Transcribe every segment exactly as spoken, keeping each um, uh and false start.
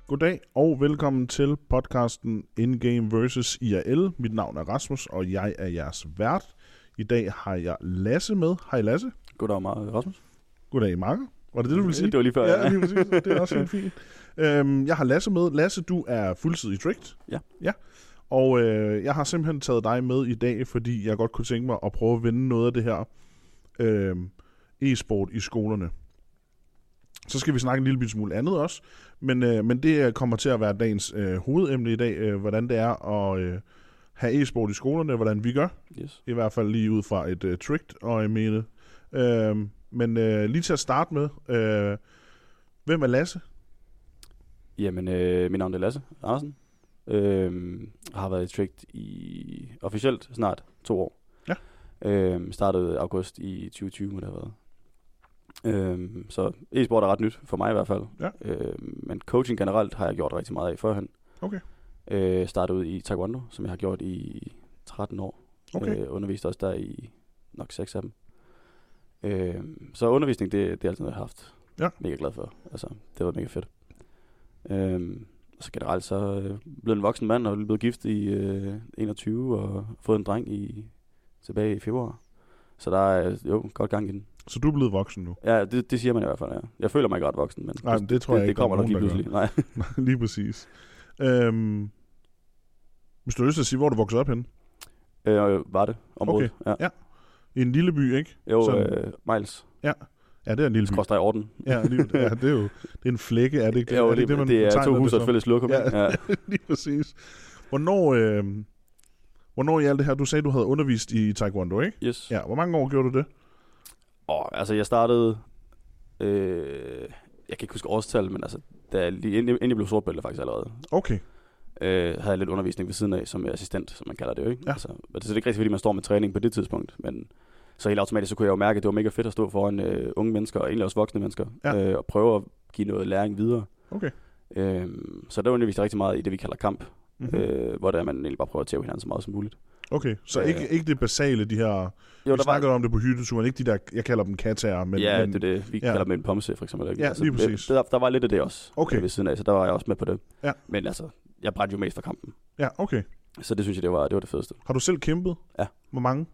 Goddag og velkommen til podcasten In-Game versus. I R L. Mit navn er Rasmus, og jeg er jeres vært. I dag har jeg Lasse med. Hej Lasse. Goddag, Mark. Rasmus. Goddag, Mark. Var det det, du ville sige? Det var lige før. Ja, lige præcis. Det er også helt fint. Øhm, jeg har Lasse med. Lasse, du er fuldtidig Tricked. Ja. Ja. Og øh, jeg har simpelthen taget dig med i dag, fordi jeg godt kunne tænke mig at prøve at vende noget af det her øh, e-sport i skolerne. Så skal vi snakke en lille smule andet også, men, øh, men det kommer til at være dagens øh, hovedemne i dag, øh, hvordan det er at øh, have e-sport i skolerne, hvordan vi gør, yes. I hvert fald lige ud fra et øh, tricked øjemene. Øh, men øh, lige til at starte med, øh, hvem er Lasse? Jamen, øh, mit navn er Lasse Andersen. Øh, har været i tricked i officielt snart to år. Ja. Øh, startede august i tyve tyve, må det have været. Øhm, så e-sport er ret nyt, for mig i hvert fald. Ja. Øhm, men coaching generelt har jeg gjort rigtig meget af førhen. Okay. Øh, startede ud i Taekwondo, som jeg har gjort i tretten år. Okay. Øh, underviste også der i nok seks af dem. Øhm, så undervisning, det, det er altid noget, jeg har haft. Ja. Mega glad for. Altså, det var mega fedt. Øhm, så generelt så øh, blev en voksen mand og blevet gift i øh, enogtyve og fået en dreng i tilbage i februar. Så der er jo godt gang i den. Så du er blevet voksen nu? Ja, det, det siger man i hvert fald, ja. Jeg føler mig ikke ret voksen, men Nej, men det tror jeg det, ikke, det kommer nok lige pludselig. Nej. Lige præcis. Øhm, hvis du har lyst til at sige, hvor du voksede op henne? Øh, var det området. Okay, ja. ja. I en lille by, ikke? Jo, Sådan, øh, Miles. Ja. Ja, det er en lille by. Skråstrej Orden. Ja, lige, ja, det er jo det er en flække, er det ikke? Jo, er det, det, det, man det er to hus og et fælles lokum. Ja, ja. Lige præcis. Hvornår, øh, hvornår i alt det her, du sagde, du havde undervist i Taekwondo, ikke? Yes. Ja, hvor mange år gjorde du det? Åh, altså jeg startede, øh, jeg kan ikke huske årstal, men altså, da jeg lige, inden, inden jeg blev sortbælte faktisk allerede. Okay. Øh, havde jeg lidt undervisning ved siden af, som assistent, som man kalder det jo, ikke? Ja. Altså, det er ikke rigtig, fordi man står med træning på det tidspunkt, men så helt automatisk, så kunne jeg jo mærke, at det var mega fedt at stå foran øh, unge mennesker, og egentlig også voksne mennesker, ja. øh, og prøve at give noget læring videre. Okay. Øh, så der underviste jeg rigtig meget i det, vi kalder kamp, mm-hmm. øh, hvor der man egentlig bare prøver at tæve hinanden så meget som muligt. Okay, så øh, ikke, ikke det basale, de her... Jo, vi snakker var... om det på hytteturen, ikke de der, jeg kalder dem katager, men... Ja, men, det er det, vi ja. kalder dem en pomse, for eksempel. Ikke? Ja, altså, lige præcis. Det, der, der var lidt af det også, okay. ved siden af, så der var jeg også med på det. Ja. Men altså, jeg brændte jo mest for kampen. Ja, okay. Så det synes jeg, det var det, var det fedeste. Har du selv kæmpet? Ja. Hvor mange?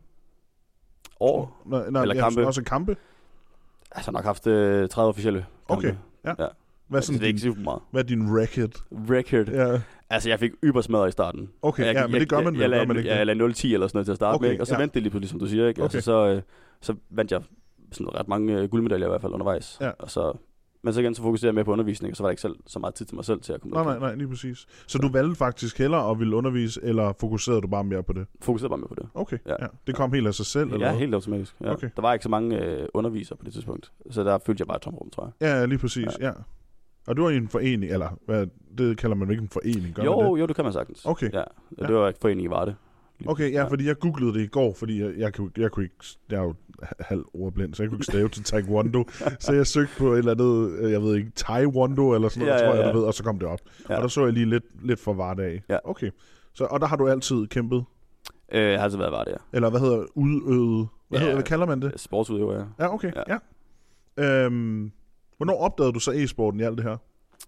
År? Nå, nå, eller ja, kampe? Også kampe? Altså, jeg har nok haft øh, tredive officielle kampe. Okay, ja. ja. Hvad er, altså, det er ikke super meget. Hvad er din record? Record? Ja. Altså, jeg fik ybersmadret i starten. Okay, jeg, ja, men jeg, det gør man vel, jeg, jeg, gør man ikke? Jeg, jeg lagde nul ti eller sådan noget til at starte okay, med, ikke? Og så ja. vendte det lige pludselig, som du siger, ikke? Okay. Altså, så, øh, så vandt jeg sådan ret mange øh, guldmedaljer i hvert fald undervejs. Ja. Og så, men så igen, så fokuserede jeg mere på undervisning, og så var der ikke selv, så meget tid til mig selv til at komme Nej, nej, nej, lige præcis. Så, så du valgte faktisk hellere at ville undervise, eller fokuserede du bare mere på det? Fokuserede bare mere på det. Okay, ja. ja. Det ja. kom helt af sig selv, eller Ja, hvad? helt automatisk. Ja. Okay. Der var ikke så mange øh, undervisere på det tidspunkt, så der følte jeg bare et tomrum, tror jeg. Ja, lige præcis, ja. ja. Og du er i en forening, eller hvad, det kalder man ikke en forening, gør jo, man det? Jo, det kan man sagtens. Okay. Ja, det ja. var ikke foreningen, var det. Okay, ja, fordi jeg googlede det i går, fordi jeg, jeg, kunne, jeg kunne ikke, jeg er jo halv ordblind, så jeg kunne ikke stave til Taekwondo, så jeg søgte på et eller andet, jeg ved ikke, Taekwondo eller sådan noget, ja, tror jeg, ja, ja. du ved, og så kom det op. Ja. Og der så jeg lige lidt, lidt for hverdag. Ja. Okay, så, og der har du altid kæmpet? Øh, jeg har altid været var det, ja. Eller hvad hedder udøvet? Hvad, ja, hedder, hvad kalder man det? Sportsudøver, ja. Ja, okay, ja. ja. Øhm, hvornår opdagede du så e-sporten i alt det her?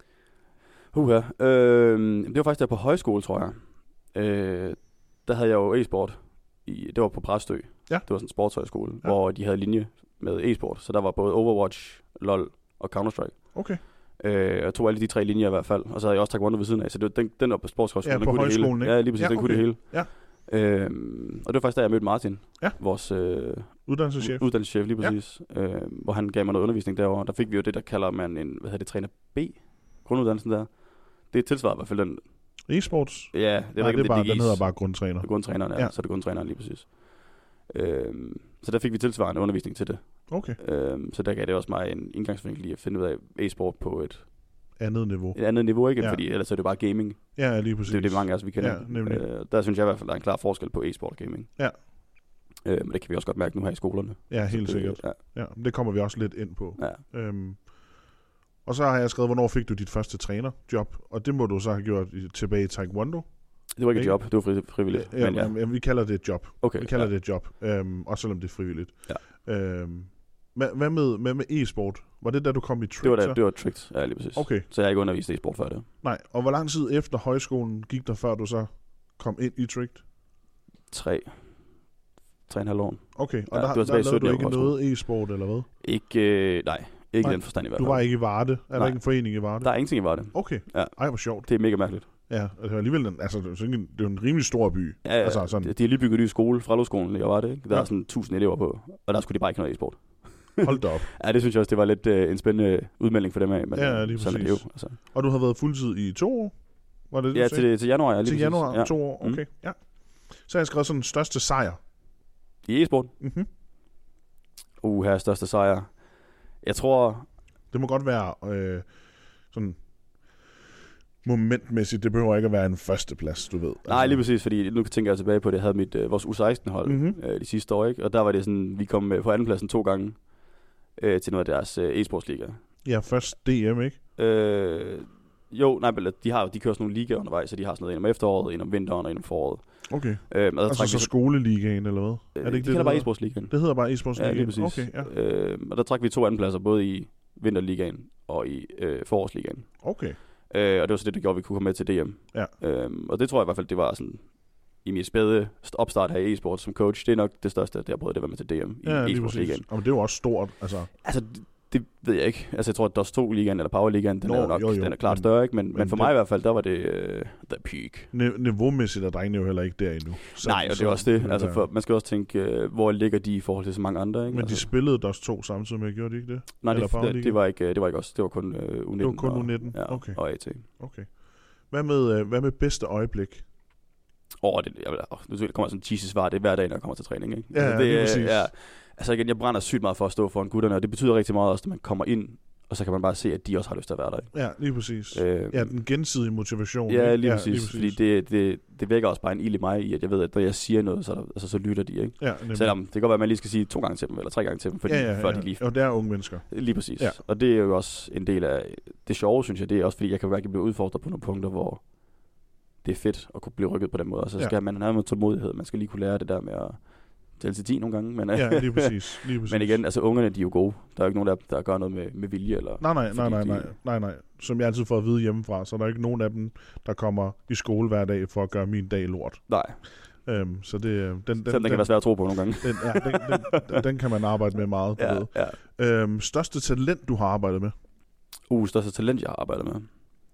Uha, øh, det var faktisk der på højskole, tror jeg. Øh, der havde jeg jo e-sport. I, det var på Præstø. Ja. Det var sådan en sportshøjskole, ja. Hvor de havde linje med e-sport. Så der var både Overwatch, LoL og Counter-Strike. Okay. Øh, jeg tog alle de tre linjer i hvert fald. Og så havde jeg også Taekwondo ved siden af. Så det var den, den var på sportshøjskolen. Ja, den på kunne højskolen, det hele. Ikke? Ja, lige præcis, ja, den okay. kunne det hele. Ja. Øh, og det var faktisk der, jeg mødte Martin. Ja. Vores øh, uddannelseschef. Uddannelseschef, lige præcis. Ja. Øh, hvor han gav mig noget undervisning derovre. Der fik vi jo det, der kalder man en, hvad hedder det, træner B? Grunduddannelsen der. Det tilsvarer i hvert fald den. E-sports? Ja, det er, Nej, ikke, det er bare, det, det den hedder bare grundtræner. Det er grundtræneren, ja. ja. Så er det grundtræneren lige præcis. Øhm, så der fik vi tilsvarende undervisning til det. Okay. Øhm, så der gav det også mig en indgangsvinkel lige at finde ud af e-sport på et andet niveau. Et andet niveau, ikke? Ja. Fordi ellers er det bare gaming. Ja, lige præcis. Det er det mange af os, vi kender. Ja, nemlig. Øh, der synes jeg i hvert fald, der er en klar forskel på e-sport og gaming. Ja. Øh, men det kan vi også godt mærke nu her i skolerne. Ja, helt så, sikkert. Ja. Ja, det kommer vi også lidt ind på. Ja. Øhm, og så har jeg skrevet, hvornår fik du dit første trænerjob? Og det må du så have gjort i, tilbage i Taekwondo. Det var ikke et job, det var fri, frivilligt. Ja, men ja. ja, vi kalder det et job. Okay, vi kalder ja. det et job, øhm, også selvom det er frivilligt. Ja. Øhm, Hvad, hvad, med, hvad med e-sport? Var det da du kom i Tricked? Det var da, det var Tricked, ja, lige præcis. Okay. Så jeg har ikke undervist i e-sport før det. Nej, og hvor lang tid efter højskolen gik der, før du så kom ind i Tricked? Tre. Tre og en halv år. Okay, og ja, der, der lavede du ikke højskole. noget e-sport, eller hvad? Ikke, øh, nej. Ikke i den forstand i hvert fald. Du var ikke i Varde? Er nej. der ikke en forening i Varde? Der er ingenting i Varde. Okay, ja. Ej, hvor sjovt. Det er mega mærkeligt. Ja, altså alligevel, altså, det er jo en, en rimelig stor by. Ja, ja altså, sådan. De, de har lige bygget en ny skole, Freløvskolen i Varde, ikke? Der ja. er sådan tusind elever på, og der skulle de bare ikke noget e-sport. Hold da op. Ja, det synes jeg også, det var lidt øh, en spændende udmelding for dem af. Men, ja, lige sådan præcis. Er det jo, altså. Og du har været fuldtid i to år? Var det, ja, til, til januar. Ja, lige til præcis. januar, ja. to år, okay. Mm. Ja. Så har jeg skrevet sådan den største sejr. I e-sport? Mhm. Uh, her er største sejr. Jeg tror... Det må godt være øh, sådan momentmæssigt. Det behøver ikke at være en førsteplads, du ved. Altså. Nej, lige præcis, fordi nu tænker jeg tilbage på, at jeg havde mit, øh, vores U seksten-hold mm-hmm. øh, de sidste år, ikke? Og der var det sådan, vi kom øh, på andenpladsen to gange øh, til noget af deres øh, e-sportsliga. Ja, først D M, ikke? Øh, jo, nej, de, har, de kører sådan nogle ligaer undervejs, så de har sådan noget en om efteråret, en om vinteren og en om foråret. Okay. Øh, altså så skoleligaen, eller hvad? Øh, er det ikke de det, kalder bare e-sportsligaen. Det hedder bare e-sportsligaen? Ja, lige præcis. Okay, ja. Øh, og der trak vi to andenpladser, både i vinterligaen og i øh, forårsligaen. Okay. Øh, og det var så det, der gjorde, at vi kunne komme med til D M. Ja. Øh, og det tror jeg i hvert fald, det var sådan... I min spæde opstart her i e-sport som coach, det er nok det største, det jeg prøvede, det var med til D M i ja, e-sportsligaen. Og det er jo også stort, altså... Altså, det, det ved jeg ikke. Altså, jeg tror, at D O S to ligaen eller Power ligaen, den Nå, er nok jo, jo, den er klart men, større, ikke? Men, men, men for det, mig i hvert fald, der var det uh, the peak. Ne- niveaumæssigt er drengene jo heller ikke der endnu. Så, Nej, og det er også det. Altså, for, man skal også tænke, uh, hvor ligger de i forhold til så mange andre, ikke? Men altså. de spillede D O S to samtidig med, gjorde de ikke det? Nej, det, det, det, var ikke, det var ikke også. Det var kun uh, U nitten. Det var kun og, U nitten? Ja, okay. Og A T. Okay. Hvad med, uh, hvad med bedste øjeblik? Åh, oh, det, jeg, oh, nu kommer sådan en cheesy svar, det er hver dag, når jeg kommer til træning, ikke? Ja, altså, det, det er præcis. Ja, altså igen, jeg brænder sygt meget for at stå foran gutterne, og det betyder rigtig meget også, at man kommer ind, og så kan man bare se, at de også har lyst til at være der, ikke? Ja, lige præcis. Øh, ja, den gensidige motivation. Ja, lige, ja, præcis, lige præcis. Fordi det, det, det vækker også bare en ild i mig i, at jeg ved, at når jeg siger noget, så, der, altså, så lytter de, ikke? Ja, selvom det kan godt være, at man lige skal sige to gange til dem, eller tre gange til dem, fordi, ja, ja, ja. før de lige... Og det er unge mennesker. Lige præcis. Ja. Og det er jo også en del af det sjove, synes jeg. Det er også, fordi jeg kan virkelig blive udfordret på nogle punkter, hvor det er fedt at kunne blive rykket på den måde. Og så skal ja. man have med tålmodighed. Man skal lige kunne lære det der med at tælle til ti nogle gange. Men, ja, lige præcis, lige præcis. Men igen, altså ungerne, de er jo gode. Der er jo ikke nogen af dem, der gør noget med, med vilje. Eller, nej, nej, nej, nej, de, nej, nej, nej. Som jeg altid får at vide hjemmefra, så er der ikke nogen af dem, der kommer i skole hver dag for at gøre min dag lort. Nej. Øhm, så det, den, den, Selvom den kan være svær at tro på nogle gange. Den, ja, den, den, den, den kan man arbejde med meget. Du ja, ved. Ja. Øhm, største talent, du har arbejdet med? Uh, største talent, jeg har arbejdet med?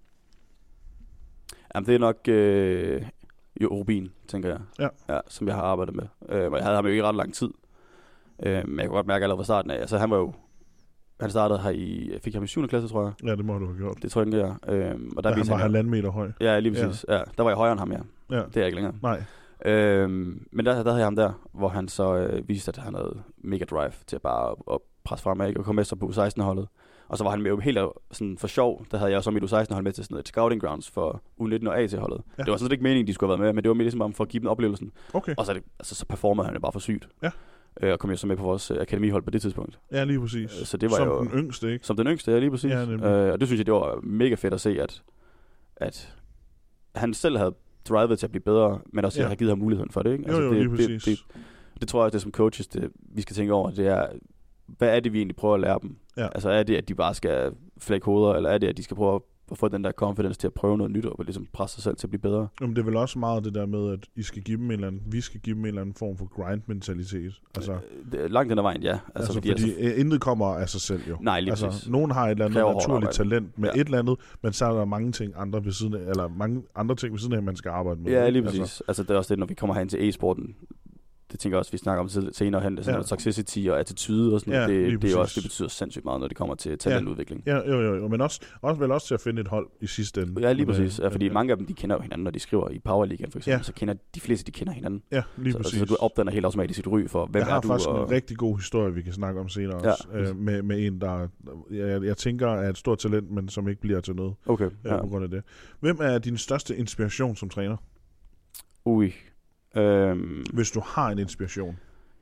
Jamen, det er nok øh, jo, Rubin, tænker jeg. Ja. Ja, som jeg har arbejdet med. Øh, jeg havde ham jo ikke ret lang tid. Øh, men jeg kunne godt mærke allerede fra starten af. Altså, han var jo... Han startede her i... Jeg fik ham i syvende klasse, tror jeg. Ja, det må du have gjort. Det tror jeg ikke, jeg øh, og der ja, han var halvanden meter høj. Ja, lige præcis. Ja. Ja, der var jeg højere end ham, ja. Ja. Det er jeg ikke længere. Nej. Øhm, men der, der havde jeg ham der, hvor han så øh, viste, at han havde mega drive til at bare at, at presse fremad, ikke? Og komme med sig på U seksten-holdet. Og så var han med jo helt sådan for sjov. Der havde jeg så mit U seksten-hold med til sådan noget scouting grounds for U nitten og A T-holdet. Ja. Det var sådan set ikke meningen, de skulle have været med, men det var mere ligesom bare for at give dem oplevelsen. Okay. Og så, det, altså, så performede han jo bare for sygt. Ja. Øh, og kom jo så med på vores øh, akademihold på det tidspunkt. Ja, lige præcis. Så det var som jo, den yngste, ikke? Som den yngste, ja, lige præcis. Ja, øh, og det synes jeg, det var mega fedt at se, at, at han selv havde drivet til at blive bedre, men også ja. at have givet ham muligheden for det, ikke? Altså, jo, jo, det, lige præcis. Det, det, det tror jeg, det som coaches, det, vi skal tænke over, det er, hvad er det, vi egentlig prøver at lære dem? Ja. Altså, er det, at de bare skal flække hoveder, eller er det, at de skal prøve at få den der confidence til at prøve noget nyt, og ligesom presse sig selv til at blive bedre? Jamen, det er vel også meget det der med, at I skal give dem en eller anden, vi skal give dem en eller anden form for grind-mentalitet. Altså, det, langt den ad vejen, ja. Altså, altså fordi, fordi altså, intet kommer af sig selv, jo. Nej, lige altså, præcis. nogen har et eller andet naturligt talent med ja. et eller andet, men så er der mange ting andre ved siden af, eller mange andre ting ved siden af, man skal arbejde med. Ja, lige præcis. Altså, altså det er også det, når vi kommer hen til e-sporten, det tænker jeg også, vi snakker om senere hen, det er sådan ja. noget toxicity og attitude og sådan ja, det, det, er også, det betyder sindssygt meget, når det kommer til talentudvikling. Ja, jo, jo, jo, men også, også vel også til at finde et hold i sidste ende. Ja, lige præcis, ja, fordi ja. mange af dem, de kender jo hinanden, når de skriver i Power League for eksempel, ja. så kender de fleste, de kender hinanden. Ja, lige så, præcis. Så, så du opdanner helt automatisk sit ry for, hvem er du? Jeg har faktisk og... en rigtig god historie, vi kan snakke om senere ja. også, øh, med, med en, der jeg, jeg tænker er et stort talent, men som ikke bliver til noget okay, øh, ja. på grund af det. Hvem er din største inspiration som træner? Ui. Øhm... Hvis du har en inspiration.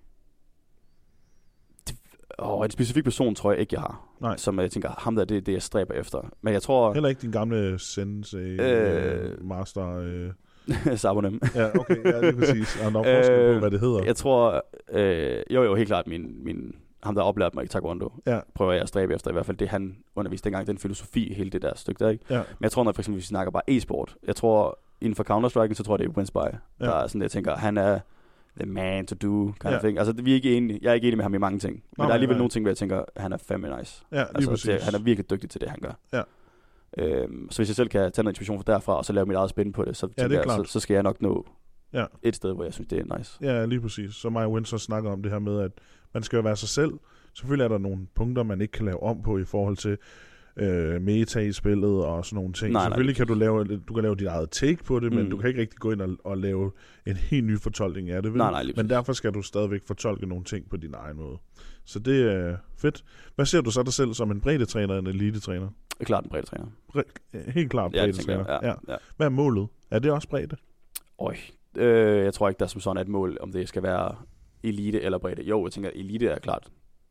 Og en specifik person tror jeg ikke, jeg har. Nej. Som jeg tænker, ham der, det er det, jeg stræber efter. Men jeg tror... Heller ikke din gamle sensei, øh... master... Øh... Sabonem. Ja, okay, ja, lige præcis. Og der er forskel på, hvad det hedder. Jeg tror... Øh, jo, jo, helt klart min, min ham der oplærte mig i taekwondo, ja. prøver jeg at stræbe efter, i hvert fald det han underviste dengang, den filosofi, hele det der stykke der, ikke? Ja. Men jeg tror, når for eksempel, vi snakker bare e-sport, jeg tror, inden for Counter-Strike, så tror jeg, det er Winspy. Ja. Der er sådan, jeg tænker, han er the man to do, kind ja. of thing. Altså, vi er ikke enige, jeg er ikke enig med ham i mange ting, men Nå, der er alligevel nej. nogle ting, hvor jeg tænker, han er fandme nice. Ja, lige altså, det, han er virkelig dygtig til det, han gør. Ja. Øhm, så hvis jeg selv kan tage noget inspiration fra derfra, og så lave mit eget spin på det, så, ja, det jeg, så, så skal jeg nok nå ja. et sted, hvor jeg synes, det er nice. Ja, lige præcis. Så mig og Winsor snakker om det her med, at man skal jo være sig selv. Selvfølgelig er der nogle punkter, man ikke kan lave om på i forhold til øh, meta i spillet og sådan nogle ting. Nej, Selvfølgelig nej, kan du lave, du kan lave dit eget take på det, mm. men du kan ikke rigtig gå ind og, og lave en helt ny fortolkning af det. Vel? Nej, nej, men derfor skal du stadigvæk fortolke nogle ting på din egen måde. Så det er øh, fedt. Hvad ser du så dig selv som en breddetræner eller en elite-træner? Klart en breddetræner. Bre- helt klart breddetræner. Ja, ja, ja. Hvad er målet? Er det også bredde? Øj, øh, jeg tror ikke, der er som sådan et mål, om det skal være elite eller bredde. Jo, jeg tænker, elite er klart.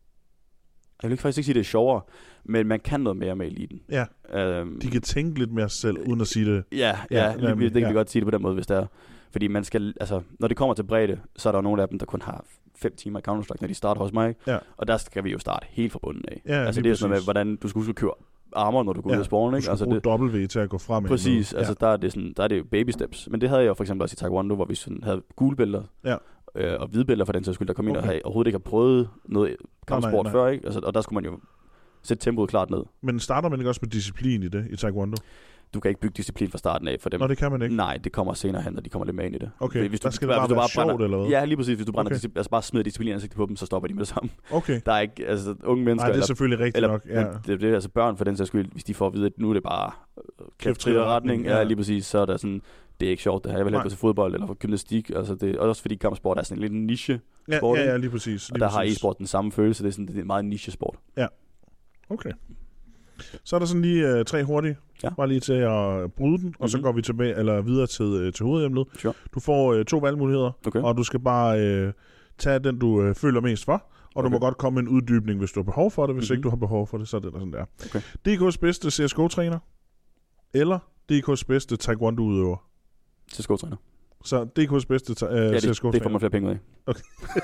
Jeg vil faktisk ikke sige, det er sjovere, men man kan noget mere med eliten. Ja, øhm, de kan tænke lidt mere selv, uden at sige det. Ja, ja, ja det kan ja. vi godt sige det på den måde, hvis det er. Fordi man skal, altså, når det kommer til bredde, så er der nogle af dem, der kun har fem timer i Counter-Strike, når de starter hos mig. Ja. Og der skal vi jo starte helt fra bunden af. Ja, altså det er sådan noget med, hvordan du skal huske at køre armor, når du går ja, ud af sporen, ikke? Du skal altså bruge W til at gå frem. Præcis, ja. altså der er, det sådan, der er det jo baby steps. Men det havde jeg jo for eksempel også i Taekwondo, hvor vi sådan havde gule bælter. Ja. Øh, og hvide bælter for den sags skyld, der kom okay. ind og havde overhovedet ikke har prøvet noget kampsport før, ikke? Altså, og der skulle man jo sætte tempoet klart ned. Men starter man ikke også med disciplin i det, i Taekwondo? Du kan ikke bygge disciplin fra starten af for dem. Nå, det kan man ikke? Nej, det kommer senere hen, når de kommer lidt med ind i det. Okay, hvis du, der skal det bare være sjovt, brænder, eller hvad? Ja, lige præcis. Hvis du brænder okay. disciplin, altså bare smider disciplin ansigtet på dem, så stopper de med det samme. Okay. Der er ikke, altså unge mennesker... Nej, det er selvfølgelig rigtigt eller, nok, ja. Det, det er altså børn for den sags skyld, hvis de får at vide, at nu er det bare kæft, trit og retning. Ja. ja, lige præcis. Så er der sådan, det er ikke sjovt det her. Jeg vil hellere gå til fodbold eller for gymnastik. Altså det, også fordi kampsport er sådan en lidt niche sport. Ja, ja, ja, lige præcis. Lige og der præcis. har e-sport den samme følelse. Det er sådan det er en meget niche sport. Ja, okay. Så er der sådan lige uh, tre hurtige, ja. bare lige til at bryde den, og mm-hmm. så går vi tilbage, eller videre til, uh, til hovedemnet. Sure. Du får uh, to valgmuligheder, okay. og du skal bare uh, tage den, du uh, føler mest for, og okay. du må godt komme med en uddybning, hvis du har behov for det. Hvis mm-hmm. ikke du har behov for det, så er det der sådan der. Okay. D K's bedste C S G O-træner, eller D K's bedste taekwondo-udøver? C S G O-træner. Så D K's bedste ta- uh, ja, det, C S G O-træner? det får man flere penge ud af. Okay.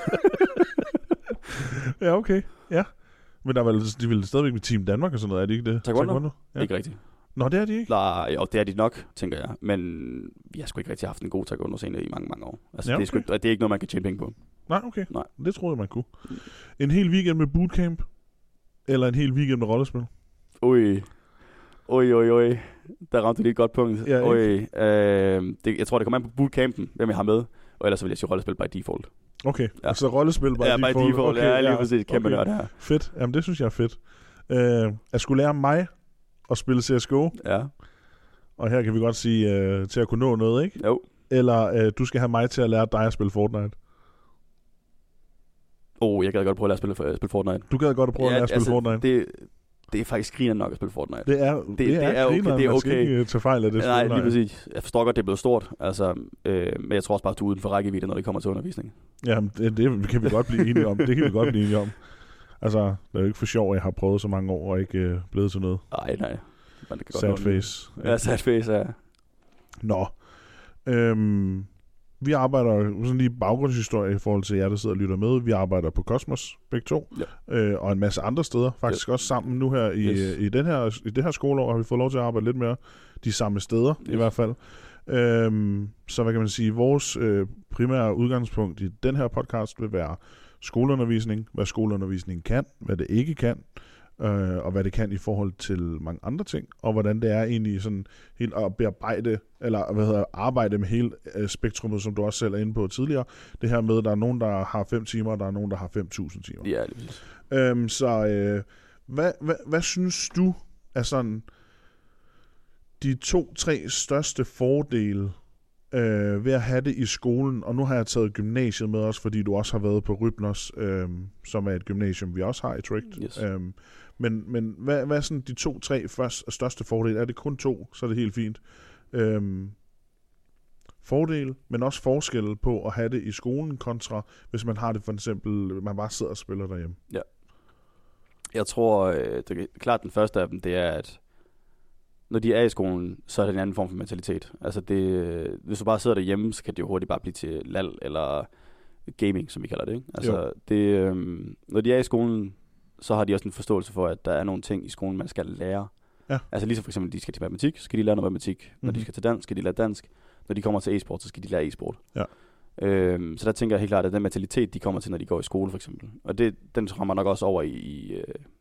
ja, okay. Ja. Men der er vel, de vil stadigvæk med Team Danmark og sådan noget, er det ikke det? Taekwondo? Taekwondo? Ja. Ikke rigtigt. Nå, det er de ikke? Nej, jo, det er de nok, tænker jeg. Men vi har sgu ikke rigtig haft en god taekwondo-scene i mange, mange år. Altså, ja, okay. det, er sgu, det er ikke noget, man kan tjene penge på. Nej, okay. Nej. Det troede jeg, man kunne. En hel weekend med bootcamp, eller en hel weekend med rollespil? Ui. Ui, ui, ui. Der ramte du lige et godt punkt. Ja, ui. Øh, det, jeg tror, det kommer an på bootcampen, hvem jeg har med. Og ellers så vil jeg sige rollespil by default. Okay, ja. Så rollespil by ja, default. Ja, by default. Okay, ja, lige præcis. Kæmpe okay. nørd her. Fedt. Jamen, det synes jeg er fedt. Uh, at skulle lære mig at spille C S G O. Ja. Og her kan vi godt sige, uh, til at kunne nå noget, ikke? Jo. Eller uh, du skal have mig til at lære dig at spille Fortnite. Oh, jeg gad godt prøve at lære at spille, spille Fortnite. Du gad godt at prøve ja, at lære at spille altså, Fortnite? Det, det er faktisk griner nok at spille Fortnite. Det er, det, det, det er, er okay. Griner, det er okay. Man skal ikke tage fejl af det. Nej, lige præcis. Jeg forstår godt, det er blevet stort. Altså, øh, men jeg tror også bare, at du er uden for rækkevidde, når det kommer til undervisning. Jamen, det, det kan vi godt blive enige om. Det kan vi godt blive enige om. Altså, det er jo ikke for sjov, at jeg har prøvet så mange år og ikke øh, blevet til noget. Nej, nej. Men det kan sad godt face. Ja, sad face, ja. Nå. Øhm, vi arbejder sådan lige baggrundshistorie i forhold til jer, der sidder og lytter med. Vi arbejder på Cosmos, begge to. Ja. Øh, og en masse andre steder. Faktisk ja. Også sammen nu her i, yes. i, den her i det her skoleår har vi fået lov til at arbejde lidt mere de samme steder, yes. i hvert fald. Øhm, så hvad kan man sige? Vores øh, primære udgangspunkt i den her podcast vil være skoleundervisning, hvad skoleundervisning kan, hvad det ikke kan, øh, og hvad det kan i forhold til mange andre ting, og hvordan det er egentlig sådan helt at bearbejde, eller hvad hedder, arbejde med hele øh, spektrummet, som du også selv er inde på tidligere. Det her med, at der er nogen, der har fem timer, og der er nogen, der har fem tusind timer. Ja, det er øhm, Så øh, hvad, hvad, hvad synes du er sådan de to-tre største fordele Øh, ved at have det i skolen, og nu har jeg taget gymnasiet med også, fordi du også har været på Rybners, øh, som er et gymnasium, vi også har i Trict. Yes. Øh, men men hvad, hvad er sådan de to-tre største fordele? Er det kun to, så er det helt fint. Øh, fordel, men også forskel på at have det i skolen kontra, hvis man har det for eksempel, man bare sidder og spiller derhjemme. Ja. Jeg tror, det er klart den første af dem, det er, at når de er i skolen, så er det en anden form for mentalitet. Altså det, hvis du bare sidder derhjemme, så kan det jo hurtigt bare blive til lal, eller gaming, som vi kalder det. Ikke? Altså, det, øh, når de er i skolen, så har de også en forståelse for, at der er nogle ting i skolen, man skal lære. Ja. Altså ligesom for eksempel, de skal til matematik, så skal de lære noget matematik. Mm-hmm. Når de skal til dansk, skal de lære dansk. Når de kommer til e-sport, så skal de lære e-sport. Ja. Øhm, så der tænker jeg helt klart, at den mentalitet, de kommer til, når de går i skole for eksempel. Og det, den rammer nok også over i, i,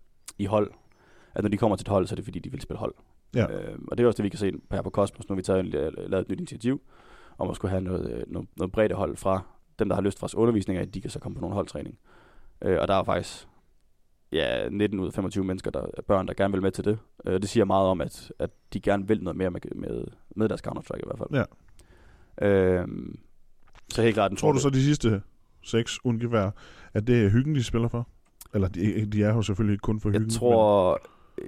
i hold. At når de kommer til et hold, så er det fordi, de vil spille hold. Ja. Øhm, og det er også det, vi kan se her på Cosmos. Nu har vi taget, lavet et nyt initiativ om at skulle have noget, noget, noget bredt hold fra dem, der har lyst fra os undervisning, at de kan så komme på nogle holdtræning. Øh, og der er faktisk ja, nitten ud af femogtyve mennesker, der er børn, der gerne vil med til det. Øh, det siger meget om, at, at de gerne vil noget mere med, med, med deres Counter-Strike i hvert fald. Ja. Øhm, så helt klart den tror du så de sidste seks ungefær, at det er hyggen, de spiller for? Eller de, de er jo selvfølgelig ikke kun for hyggen. Jeg tror, men...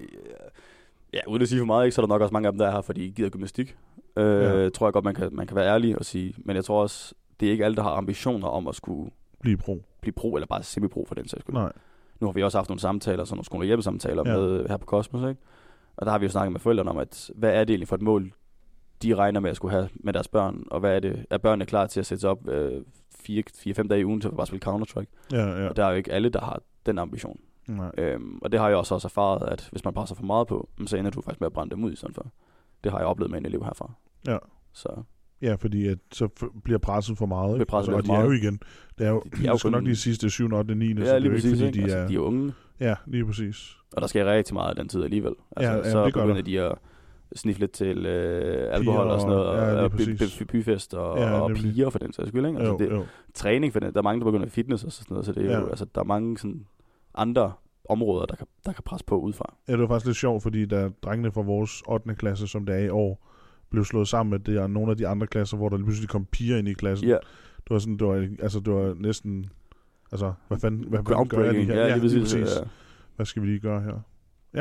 ja, uden at sige for meget, ikke, så er der nok også mange af dem, der er her, fordi de gider gymnastik. Øh, ja. Tror jeg godt, man kan, man kan være ærlig og sige. Men jeg tror også, det er ikke alle, der har ambitioner om at skulle blive pro. Blive pro, eller bare semi-pro for den sags skyld. Nej. Nu har vi også haft nogle samtaler, sådan nogle skole-hjælpesamtaler ja. med her på Cosmos, ikke? Og der har vi jo snakket med forældrene om, at hvad er det egentlig for et mål, de regner med at skulle have med deres børn, og hvad er det, er børnene klar til at sætte sig op øh, fire fem dage i ugen til at bare spille Counter-Strike? Ja, ja. Og der er jo ikke alle, der har den ambition. Nej. Øhm, og det har jeg også, også erfaret, at hvis man presser for meget på, så ender du faktisk med at brænde dem ud i stedet for. Det har jeg oplevet med en elev herfra. Ja. Så. Ja, fordi at, så f- bliver presset for meget. Bliver presset altså, for meget. Og de er jo igen. Det er jo, de, de er jo kun nok de sidste syv, otte, ni. Ja, så lige det er præcis, ikke, fordi ikke? de er... Altså, de er unge. Ja, lige præcis. Og der sker rigtig meget af den tid alligevel. Altså, ja, ja, så det begynder de at sniffe lidt til øh, alkohol og, og sådan noget, ja, og by- byfest og, ja, og piger for den sags skyld, ikke? Altså, jo, det, jo. Træning for den. Der er mange, der begynder fitness og sådan noget, så det er ja. jo, altså, der er mange sådan andre områder, der kan, der kan presse på udefra. Ja, det var faktisk lidt sjovt, fordi der drengene fra vores ottende klasse, som det er i år, blev slået sammen med det, og nogle af de andre klasser, hvor der lige pludselig kom piger ind i klassen. Ja. Det var sådan, det var, altså, det var næsten, altså, hvad fanden, hvad fanden gør jeg lige her? Ja, lige præcis. Ja, præcis. Ja. Hvad skal vi lige gøre her? Ja.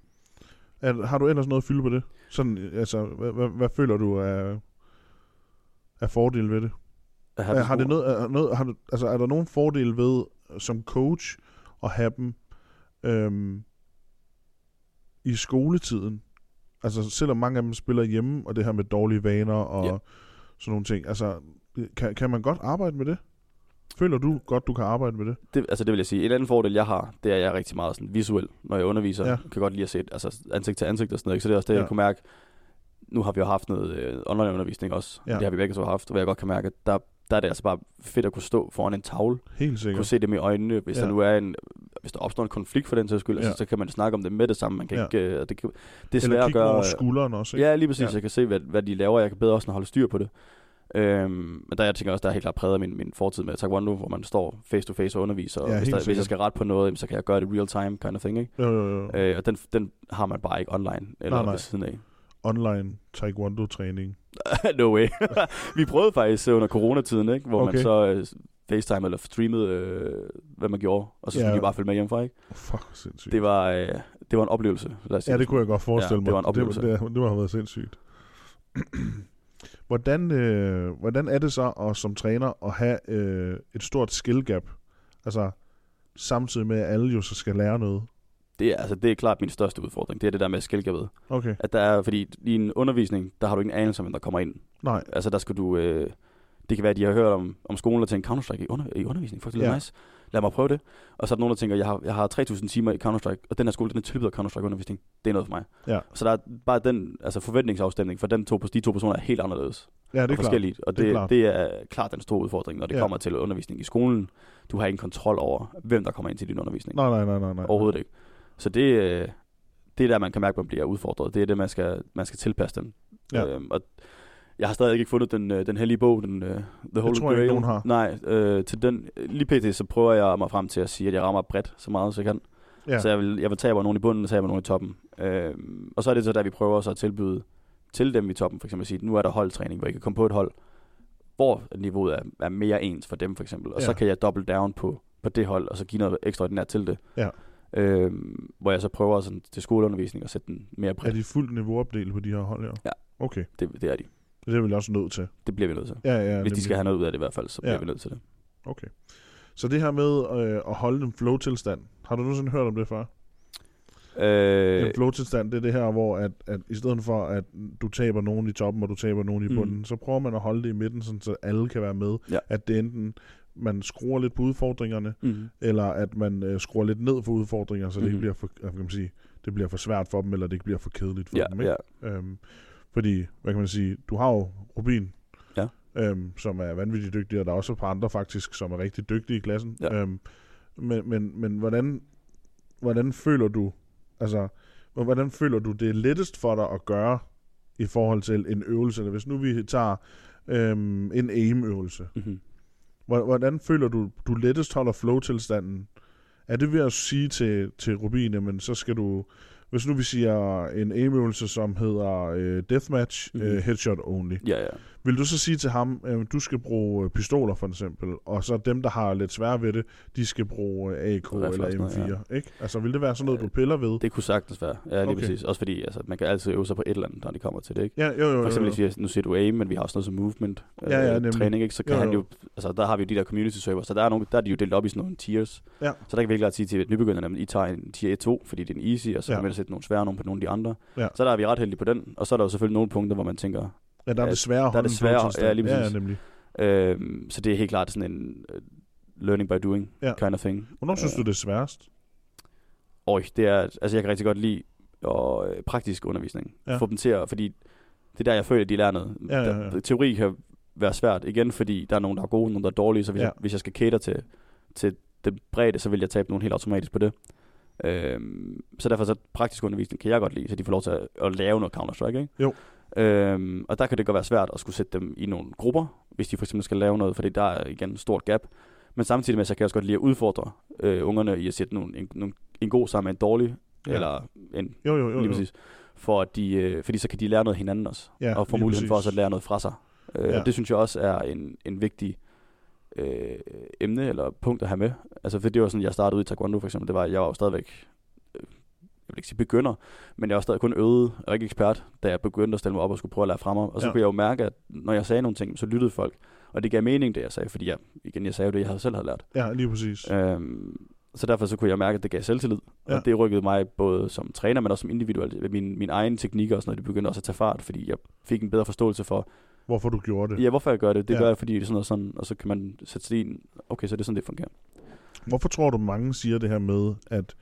Er, har du ellers noget at fylde på det? Sådan, altså, hvad, hvad, hvad føler du er, er fordel ved det? Har, er, har det noget, er, noget har du, altså, er der nogen fordel ved, som coach, at have dem øhm, i skoletiden? Altså, selvom mange af dem spiller hjemme, og det her med dårlige vaner og ja. sådan nogle ting. Altså, kan, kan man godt arbejde med det? Føler du godt, du kan arbejde med det? det? Altså, det vil jeg sige. En anden fordel, jeg har, det er, at jeg er rigtig meget sådan visuel, når jeg underviser. Ja. Jeg kan godt lide at se altså, ansigt til ansigt og sådan noget. Så det er også det, ja. jeg kunne mærke. Nu har vi jo haft noget øh, online-undervisning også. Ja. Det har vi begge så haft, hvor jeg godt kan mærke, at der, der er det altså bare fedt at kunne stå foran en tavle. Helt sikkert. Kunne se dem i øjnene, hvis ja. der nu er en... Hvis der opstår en konflikt for den sags skyld, ja. altså, så kan man snakke om det med det samme. Man kan ja. ikke, uh, det, kan, det er svært at gøre... over skulderen også, ikke? Ja, lige præcis. Ja. Jeg kan se, hvad, hvad de laver. Jeg kan bedre også holde styr på det. Øhm, men der jeg tænker også, der er helt klart præget af min, min fortid med Taekwondo, hvor man står face to face og underviser. Ja, og hvis, der, hvis jeg skal rette på noget, så kan jeg gøre det real time kind of thing, ikke? Jo, jo, jo. Øh, og den, den har man bare ikke online eller nej, nej. ved siden af. Online Taekwondo-træning. No way. Vi prøvede faktisk under coronatiden, ikke? Hvor okay. man så uh, FaceTime eller streamede, øh, hvad man gjorde, og så skulle ja. vi bare følge med hjemmefra, ikke? Fuck, sindssygt. Det var, øh, det var en oplevelse, lad os sige. Ja, det kunne jeg godt forestille ja, mig. Det var en oplevelse. Det, det, det har været sindssygt. Hvordan, øh, hvordan er det så at, som træner at have øh, et stort skill gap? Altså, samtidig med, at alle jo så skal lære noget. Det er, altså, det er klart min største udfordring. Det er det der med skill gapet. Okay. At der er, fordi i en undervisning, der har du ingen anelse om, hvem der kommer ind. Nej. Altså, der skal du... Øh, det kan være, at de har hørt om, om skolen og tænkt, Counter-Strike i, under, i undervisning, faktisk ja. nice. Lad mig prøve det. Og så er der nogen, der tænker, jeg har, jeg har tre tusind timer i Counter-Strike, og den her skole, den tilbyder Counter-Strike undervisning. Det er noget for mig. Ja. Så der er bare den altså forventningsafstemning for dem to, de to personer er helt anderledes. Ja, det er og forskelligt. klart. Og det, det, er det er klart den store udfordring, når det ja. kommer til undervisning i skolen. Du har ingen kontrol over, hvem der kommer ind til din undervisning. Nej, nej, nej, nej. nej. Overhovedet ikke. Så det, det er der, man kan mærke, at man bliver udfordret. Det er det, man skal, man skal tilpasse den. Ja. Øhm, og jeg har stadig ikke fundet den, den hellige bog, den uh, The Holy tror jeg Grail. Ikke, nogen har. Nej, øh, til den, lige pt. Så prøver jeg mig frem til at sige, at jeg rammer bredt så meget, så jeg kan. Ja. Så jeg vil, jeg vil tabe nogen i bunden, og tabe nogen i toppen. Øh, og så er det så, der vi prøver så at tilbyde til dem i toppen, for eksempel at sige, nu er der holdtræning, hvor I kan komme på et hold, hvor niveauet er, er mere ens for dem, for eksempel. Og ja. så kan jeg double down på, på det hold, og så give noget ekstraordinært til det. Ja. Øh, hvor jeg så prøver sådan, til skoleundervisning at sætte den mere bredt. Er de fuldt niveauopdelt på de her hold her? Ja. Okay. Det, det er de. Det er vi også nødt til. Det bliver vi nødt til. Ja, ja, Hvis nemlig. de skal have noget ud af det i hvert fald, så bliver ja. vi nødt til det. Okay. Så det her med øh, at holde en flow-tilstand, har du nogensinde hørt om det før? Øh... En flow-tilstand, det er det her, hvor at, at i stedet for, at du taber nogen i toppen, og du taber nogen i bunden, mm. så prøver man at holde det i midten, sådan, så alle kan være med. Ja. At det enten man skruer lidt på udfordringerne, mm-hmm. eller at man øh, skruer lidt ned for udfordringer, så mm-hmm. det ikke bliver for, kan man sige, det bliver for svært for dem, eller det ikke bliver for kedeligt for ja, dem. Ikke? Ja. Øhm, fordi, hvad kan man sige, du har jo Rubin, ja. øhm, som er vanvittigt dygtig, og der er også et par andre faktisk, som er rigtig dygtige i klassen. Ja. Øhm, men men, men hvordan, hvordan føler du, altså, hvordan føler du, det er lettest for dig at gøre i forhold til en øvelse? Eller hvis nu vi tager øhm, en aim-øvelse, mm-hmm. hvordan føler du, du lettest holder flow-tilstanden? Er det ved at sige til, til Rubin, men så skal du, hvis nu vi siger en aim-øvelse, som hedder øh, Deathmatch, mm-hmm. øh, Headshot Only. Ja, ja. Vil du så sige til ham, at øh, du skal bruge pistoler for eksempel, og så dem, der har lidt svært ved det, de skal bruge A K eller M fire, ja. Ikke? Altså vil det være sådan noget, du piller ved? Det kunne sagtens være, ja, lige okay. præcis. Også fordi altså, man kan altid øve sig på et eller andet, når det kommer til det, ikke? Ja, jo, jo, jo. For eksempel, hvis nu siger du aim, men vi har også noget som movement, ja, ja, øh, træning, ikke? Så kan jo, jo. han jo, altså der har vi jo de der community servers, så der er, nogle, der er de jo delt op i sådan nogle tiers. Ja. Så der kan vi ikke klart sige til nybegynderne, at I tager en tier et to, fordi det er en easy, og så ja. kan man sætte nogle svære nogle på nogle af de andre. Ja. Så der er vi ret heldige på den, og så er der jo selvfølgelig nogle punkter, hvor man tænker, ja, der er det svære. Der er det svære, ja, lige præcis. Ja, nemlig. Øhm, så det er helt klart sådan en uh, learning by doing ja. kind of thing. Hvornår synes uh, du, det er sværest? Øj, det er, altså jeg kan rigtig godt lide og, øh, praktisk undervisning. Ja. Få dem til at, fordi det er der, jeg føler, at de lærer noget. Ja, ja, ja. Der, teori kan være svært, igen, fordi der er nogen, der er gode, nogen, der er dårlige, så hvis, ja. jeg, hvis jeg skal cater til, til det bredde, så vil jeg tabe nogen helt automatisk på det. Øhm, så derfor så praktisk undervisning kan jeg godt lide, så de får lov til at, at lave noget Counter-Strike, ikke? Jo. Øhm, og der kan det godt være svært at skulle sætte dem i nogle grupper, hvis de for eksempel skal lave noget, fordi der er igen et stort gap. Men samtidig med, så kan jeg også godt lide at udfordre øh, ungerne i at sætte nogle, en, nogle, en god sammen med en dårlig, ja. eller en, jo, jo, jo, jo. lige præcis, for at de, øh, fordi så kan de lære noget af hinanden også, ja, og få muligheden for også at lære noget fra sig. Øh, ja. Og det synes jeg også er en, en vigtig øh, emne eller punkt at have med. Altså for det var sådan, jeg startede ud i Taekwondo for eksempel, det var, jeg var jo stadigvæk, øh, jeg vil ikke sige begynder, men jeg var stadig kun øvet og ikke ekspert, da jeg begyndte at stille mig op og skulle prøve at lære fra mig. Og så ja. kunne jeg jo mærke, at når jeg sagde nogle ting, så lyttede folk. Og det gav mening, det jeg sagde, fordi jeg, igen, jeg sagde jo det, jeg havde selv havde lært. Ja, lige præcis. Øhm, så derfor så kunne jeg mærke, at det gav selvtillid. Ja. Og det rykkede mig både som træner, men også som individuel. Min, min egen teknikker og sådan noget, det begyndte også at tage fart, fordi jeg fik en bedre forståelse for, hvorfor du gjorde det. Ja, hvorfor jeg gør det. Det ja. gør jeg, fordi det er sådan noget sådan, og så kan man sætte sig ind, okay, så er det sådan, det fungerer. Hvorfor tror du, mange siger det her med, at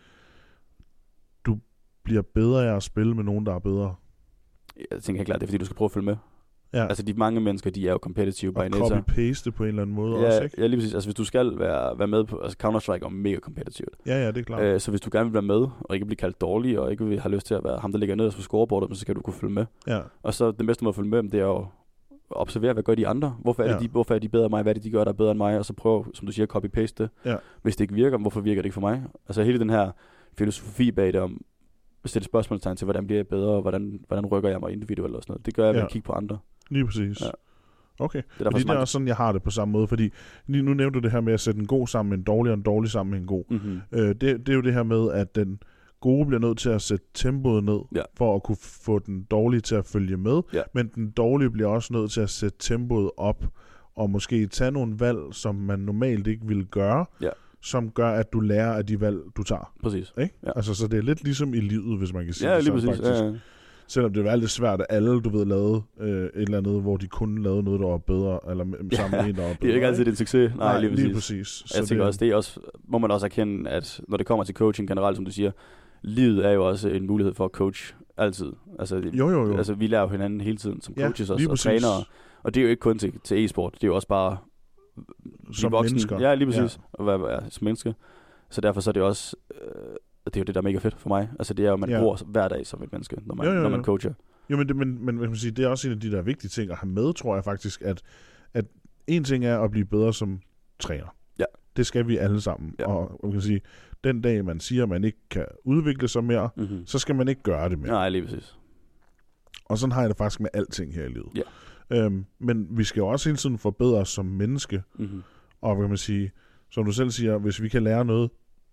du bliver bedre af at spille med nogen, der er bedre? Jeg tænker helt klart, det er fordi, du skal prøve at følge med. Ja. Altså de mange mennesker, de er jo competitive by nature. Og copy-paste på en eller anden måde ja, også, ikke? Ja, lige præcis. Altså hvis du skal være, være med på, altså Counter-Strike er mega competitivt. Ja, ja, det er klart. Øh, så hvis du gerne vil være med, og ikke blive kaldt dårlig, og ikke vil have lyst til at være ham, der ligger nede på scoreboardet, så skal du kunne følge med. Ja. Og så den bedste måde at følge med, det er jo at observere, hvad gør de andre? Hvorfor er, det, ja. de, hvorfor er de bedre end mig? Hvad er det, de gør, der er bedre end mig? Og så prøve, som du siger, copy-paste det. Ja. Hvis det ikke virker, hvorfor virker det ikke for mig? Altså hele den her filosofi bag det om at stille spørgsmålstegn til, hvordan bliver jeg bedre, og hvordan, hvordan rykker jeg mig individuelt og sådan noget. Det gør jeg ved ja. at kigge på andre. Lige præcis. Ja. Okay, det er, fordi det er også sådan, jeg har det på samme måde, fordi lige nu nævnte du det her med at sætte en god sammen med en dårlig, og en dårlig sammen med en god. Mm-hmm. Øh, det, det er jo det her med, at den gode bliver nødt til at sætte tempoet ned, ja. for at kunne få den dårlige til at følge med, ja. men den dårlige bliver også nødt til at sætte tempoet op, og måske tage nogle valg, som man normalt ikke ville gøre, ja. som gør, at du lærer af de valg, du tager. Præcis. Ikke? Ja. Altså, så det er lidt ligesom i livet, hvis man kan sige ja, det lige sådan, præcis. faktisk. Ja, ja. Selvom det var lidt svært, at alle, du ved, lavede øh, et eller andet, hvor de kun lavede noget, der var bedre, eller sammen med en, der var bedre. Det er ikke altid en succes. Nej, Nej lige præcis. Lige præcis. Jeg tænker det... også, det er også, må man også erkende, at når det kommer til coaching generelt, som du siger, livet er jo også en mulighed for at coach altid. Altså, jo, jo, jo. altså vi lærer jo hinanden hele tiden som coaches ja, også, og trænere. Og det er jo ikke kun til, til e-sport, det er jo også bare som voksne. Mennesker. Ja, lige præcis. Ja. At være ja, som menneske. Så derfor så er det også, øh, det er jo det, der er mega fedt for mig. Altså det er jo, man ja. bruger hver dag som et menneske, når man, jo, jo, jo. Når man coacher. Jo, men, det, men, men man kan sige, det er også en af de der vigtige ting at have med, tror jeg faktisk, at, at en ting er at blive bedre som træner. Ja. Det skal vi alle sammen. Ja. Og man kan sige, den dag man siger, at man ikke kan udvikle sig mere, mm-hmm. så skal man ikke gøre det mere. Nej, lige præcis. Og sådan har jeg det faktisk med alting her i livet. Ja. Øhm, men vi skal jo også hele tiden forbedre os som menneske. Mm-hmm. Og hvad kan man sige, som du selv siger, hvis vi kan lære noget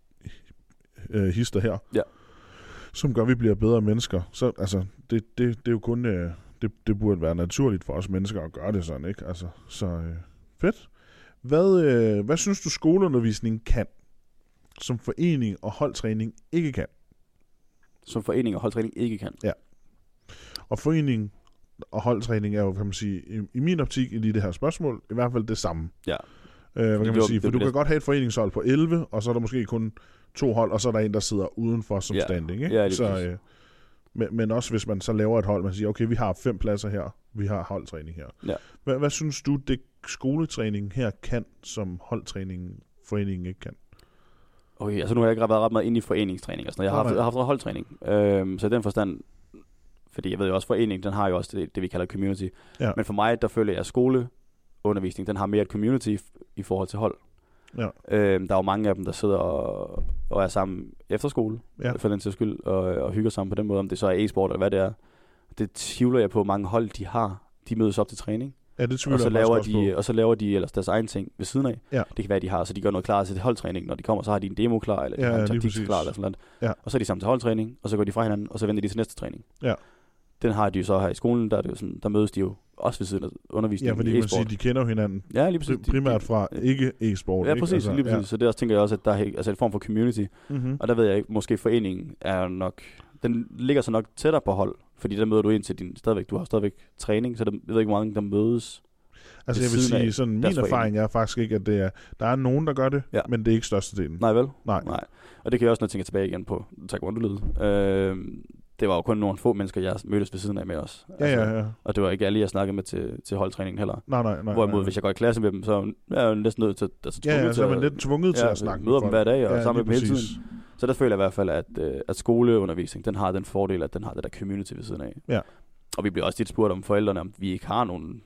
øh, hister her, ja. som gør, at vi bliver bedre mennesker, så altså, det, det, det er jo kun, øh, det, det burde være naturligt for os mennesker at gøre det sådan, ikke? Altså, så øh, fedt. Hvad, øh, hvad synes du, skoleundervisning kan, som forening og holdtræning ikke kan? Som forening og holdtræning ikke kan? Ja. Og forening og holdtræning er jo, kan man sige, i, i min optik i lige det her spørgsmål, i hvert fald det samme. Ja. Øh, hvad kan man det, sige? For det, du det, kan godt have et foreningshold på elleve, og så er der måske kun to hold, og så er der en, der sidder udenfor som ja. standing. Ikke? Ja, så, øh, men, men også hvis man så laver et hold, man siger, okay, vi har fem pladser her, vi har holdtræning her. Ja. Hvad, hvad synes du, det skoletræningen her kan, som holdtræningen foreningen ikke kan? Okay, altså nu har jeg ikke været ret meget inde i foreningstræning. Altså, jeg har haft, jeg har haft holdtræning. Øhm, så i den forstand, fordi jeg ved jo også, foreningen, den har jo også det, det vi kalder community. Ja. Men for mig, der føler jeg, at skoleundervisning, den har mere et community i forhold til hold. Ja. Øhm, der er jo mange af dem, der sidder og, og er sammen efter skole, ja. for den til skyld, og, og hygger sammen på den måde, om det så er e-sport eller hvad det er. Det tvivler jeg på, mange hold, de har. De mødes op til træning. Ja, det tvivler og så jeg laver også de, på. Og så laver de ellers deres egen ting ved siden af. Ja. Det kan være, de har, så de gør noget klar til holdtræning. Når de kommer, så har de en demo klar, eller de ja, har en ja, taktik klar, eller sådan noget. Ja. Og så er de sammen til holdtræning, og så går de fra hinanden, og så venter de til næste træning. Ja. Den har de jo så her i skolen, der, er det jo sådan, der mødes de jo også ved siden af undervisningen. Ja, fordi i man siger, de kender jo hinanden. Ja, lige præcis. Primært fra ikke e-sport. Ja, præcis. Ikke? Altså, lige præcis. Ja. Så det også tænker jeg også, at der er altså en form for community. Mm-hmm. Og der ved jeg ikke, måske foreningen er nok, den ligger så nok tættere på hold, fordi der møder du ind til din, stadigvæk, du har stadigvæk træning, så der, jeg ved ikke, hvor mange der mødes. Altså jeg vil sige, sådan min erfaring er faktisk ikke, at det er, der er nogen, der gør det, ja. Men det er ikke størstedelen. Nej vel? Nej. Nej. Og det kan jeg også, når jeg tænker tilbage igen på taekwondo-lydet. Øh, det var jo kun nogle få mennesker, jeg mødtes ved siden af med os. Ja, altså, ja, ja. Og det var ikke alle, jeg snakkede med til, til holdtræningen heller. Nej, nej, nej. Hvorimod, nej. hvis jeg går i klasse med dem, så er jeg jo næsten nødt til, altså, ja, ja, så er man lidt tvunget til ja, at snakke møder dem hver dag og ja, sammen med dem hele præcis. tiden. Så der føler jeg i hvert fald, at, at skoleundervisning, den har den fordel, at den har det der community ved siden af. Ja. Og vi bliver også tit spurgt om forældrene, om vi ikke har nogen,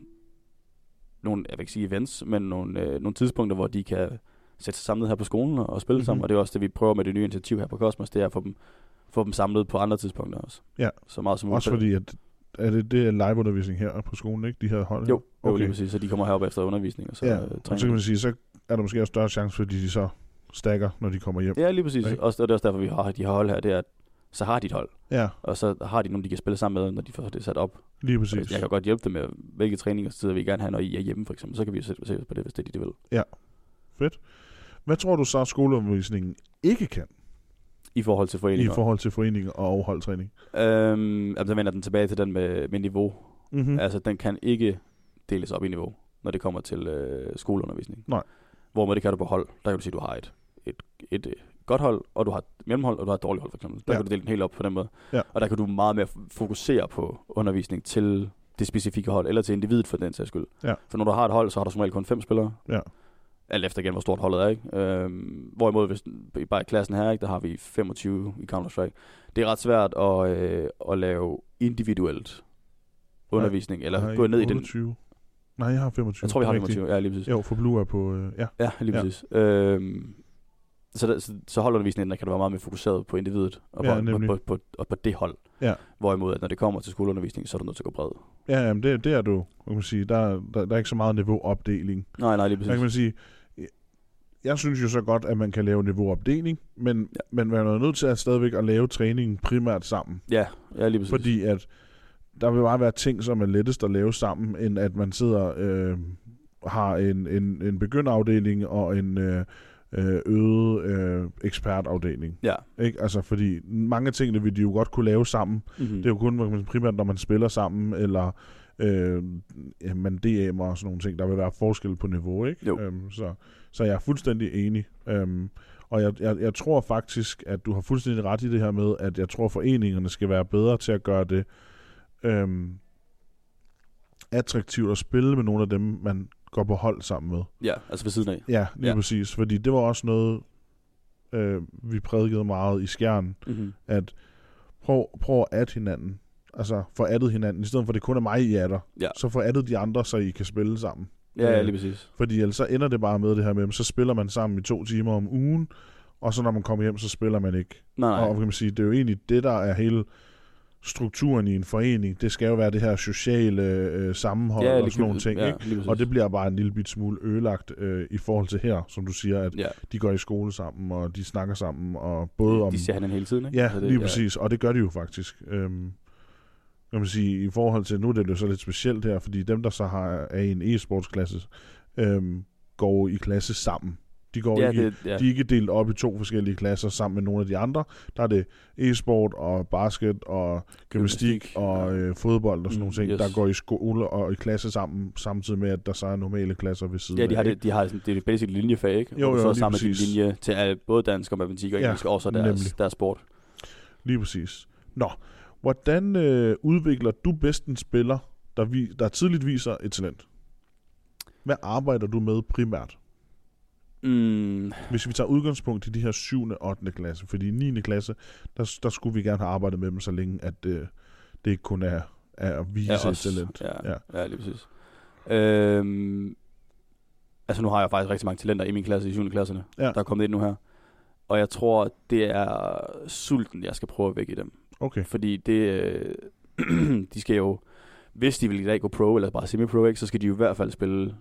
nogle, jeg vil ikke sige events, men nogle, øh, nogle tidspunkter, hvor de kan sætte sig samlet her på skolen og spille mm-hmm. sammen. Og det er også det, vi prøver med det nye initiativ her på Cosmos, det er at få dem, få dem samlet på andre tidspunkter også. Ja, så meget som også fordi, at er det, det er liveundervisning her på skolen, ikke? De her hold? Jo, okay. jo lige præcis, så de kommer herop efter undervisning. Og så, ja, øh, og så kan man sige, så er der måske også større chance, fordi de så stakker, når de kommer hjem. Ja, lige præcis. Okay. Også, og det er også derfor, vi har de her hold her, det er, at så har de et hold. Ja. Og så har de nogen, de kan spille sammen med, når de får det sat op. Lige præcis. Jeg kan godt hjælpe dem med, hvilke træninger så vi gerne have, når I er hjemme, for eksempel. Så kan vi jo sætte se på det, hvis det er de vil. Ja, fedt. Hvad tror du så, skoleundervisningen ikke kan? I forhold til foreninger? I forhold til foreninger og holdtræning? Øhm, altså, vender den tilbage til den med, med niveau. Mm-hmm. Altså, den kan ikke deles op i niveau, når det kommer til øh, skoleundervisning. Nej. Hvorimod det kan du på hold. Der kan du sige, at du har et, et, et, et godt hold, og du har et mellemhold, og du har et dårligt hold, for eksempel. Der ja. kan du dele den helt op på den måde. Ja. Og der kan du meget mere fokusere på undervisning til det specifikke hold, eller til individet for den sags skyld. Ja. For når du har et hold, så har du som regel kun fem spillere. Ja. Alt efter igen, hvor stort holdet er, ikke? Øhm, hvorimod, hvis bare i klassen her, ikke, der har vi femogtyve i Counter-Strike. Det er ret svært at, øh, at lave individuelt undervisning, nej, eller nej, gå ned otteogtyve. i den. Nej, jeg har femogtyve. Jeg tror, vi har femogtyve, ja, lige præcis. Jo, for Blue er på, øh, ja. Ja, lige ja. præcis. Øhm, så, der, så, så holdundervisningen, der kan du være meget mere fokuseret på individet, og på, ja, på, på, på, og på det hold. Ja. Hvorimod, at når det kommer til skoleundervisning, så er du nødt til at gå bred. Ja, jamen det, det er du, kan man sige. Der, der, der er ikke så meget niveauopdeling. Nej, nej, lige præcis. Der kan man sige, jeg synes jo så godt, at man kan lave niveauopdeling, men, ja. men man er nødt til at stadigvæk at lave træningen primært sammen. Ja, ja, lige præcis. Fordi at der vil bare være ting, som er lettest at lave sammen, end at man sidder øh, har en, en, en begynderafdeling og en øh, øget øh, ekspertafdeling. Ja. Ikke? Altså, fordi mange ting, vil de jo godt kunne lave sammen. Mm-hmm. Det er jo kun primært, når man spiller sammen, eller øh, ja, man D M'er og sådan nogle ting. Der vil være forskel på niveau, ikke? Jo. Øhm, så, så jeg er fuldstændig enig. Øhm, og jeg, jeg, jeg tror faktisk, at du har fuldstændig ret i det her med, at jeg tror, foreningerne skal være bedre til at gøre det øhm, attraktivt at spille med nogle af dem, man går på hold sammen med. Ja, altså ved siden af. Ja, lige ja. præcis. Fordi det var også noget, øh, vi prædikede meget i Skjern, mm-hmm. at prøv, prøv at adde hinanden. Altså, få addet hinanden. I stedet for, at det kun er mig, I adder. Ja. Så få addet de andre, så I kan spille sammen. Ja, ja, lige præcis. Fordi ellers så ender det bare med det her med, så spiller man sammen i to timer om ugen, og så når man kommer hjem, så spiller man ikke. Nej, nej. Og kan man sige, det er jo egentlig det, der er hele strukturen i en forening. Det skal jo være det her sociale øh, sammenhold ja, og sådan nogle ting. Ja, ikke? Og det bliver bare en lille bit smule ødelagt øh, i forhold til her, som du siger, at ja. de går i skole sammen, og de snakker sammen, og både om... De ser hinanden hele tiden, ikke? Ja, altså det, lige ja. præcis, og det gør de jo faktisk. Øhm, kan man sige, i forhold til, nu er det jo så lidt specielt her, fordi dem, der så har, er i en e-sportsklasse, øhm, går i klasse sammen. De, går ja, ikke, det, ja. de er ikke delt op i to forskellige klasser sammen med nogle af de andre. Der er det e-sport og basket og gymnastik og øh, fodbold og sådan nogle ting, yes. der går i skole og i klasse sammen, samtidig med, at der så er normale klasser ved siden Ja, de har, af, det, de har sådan, det er basic linjefag, ikke? Jo, og jo, så lige sammen med præcis. din linje til alle, både dansk og matematik og Ja, engelsk, og så deres, deres sport. Lige præcis. Nå, hvordan øh, udvikler du bedst en spiller, der, vi, der tidligt viser et talent? Hvad arbejder du med primært? Mm. Hvis vi tager udgangspunkt i de her syvende og ottende klasse, fordi i niende klasse, der, der skulle vi gerne have arbejdet med dem så længe, at øh, det ikke kun er, er at vise ja, et talent. Ja, ja. ja, lige præcis. Øhm, altså nu har jeg faktisk rigtig mange talenter i min klasse, i syvende klasserne, ja. der er kommet ind nu her. Og jeg tror, det er sulten, jeg skal prøve at vække i dem. Okay. Fordi det, øh, de skal jo, hvis de vil i dag gå pro eller bare semi-pro, ikke, så skal de jo i hvert fald spille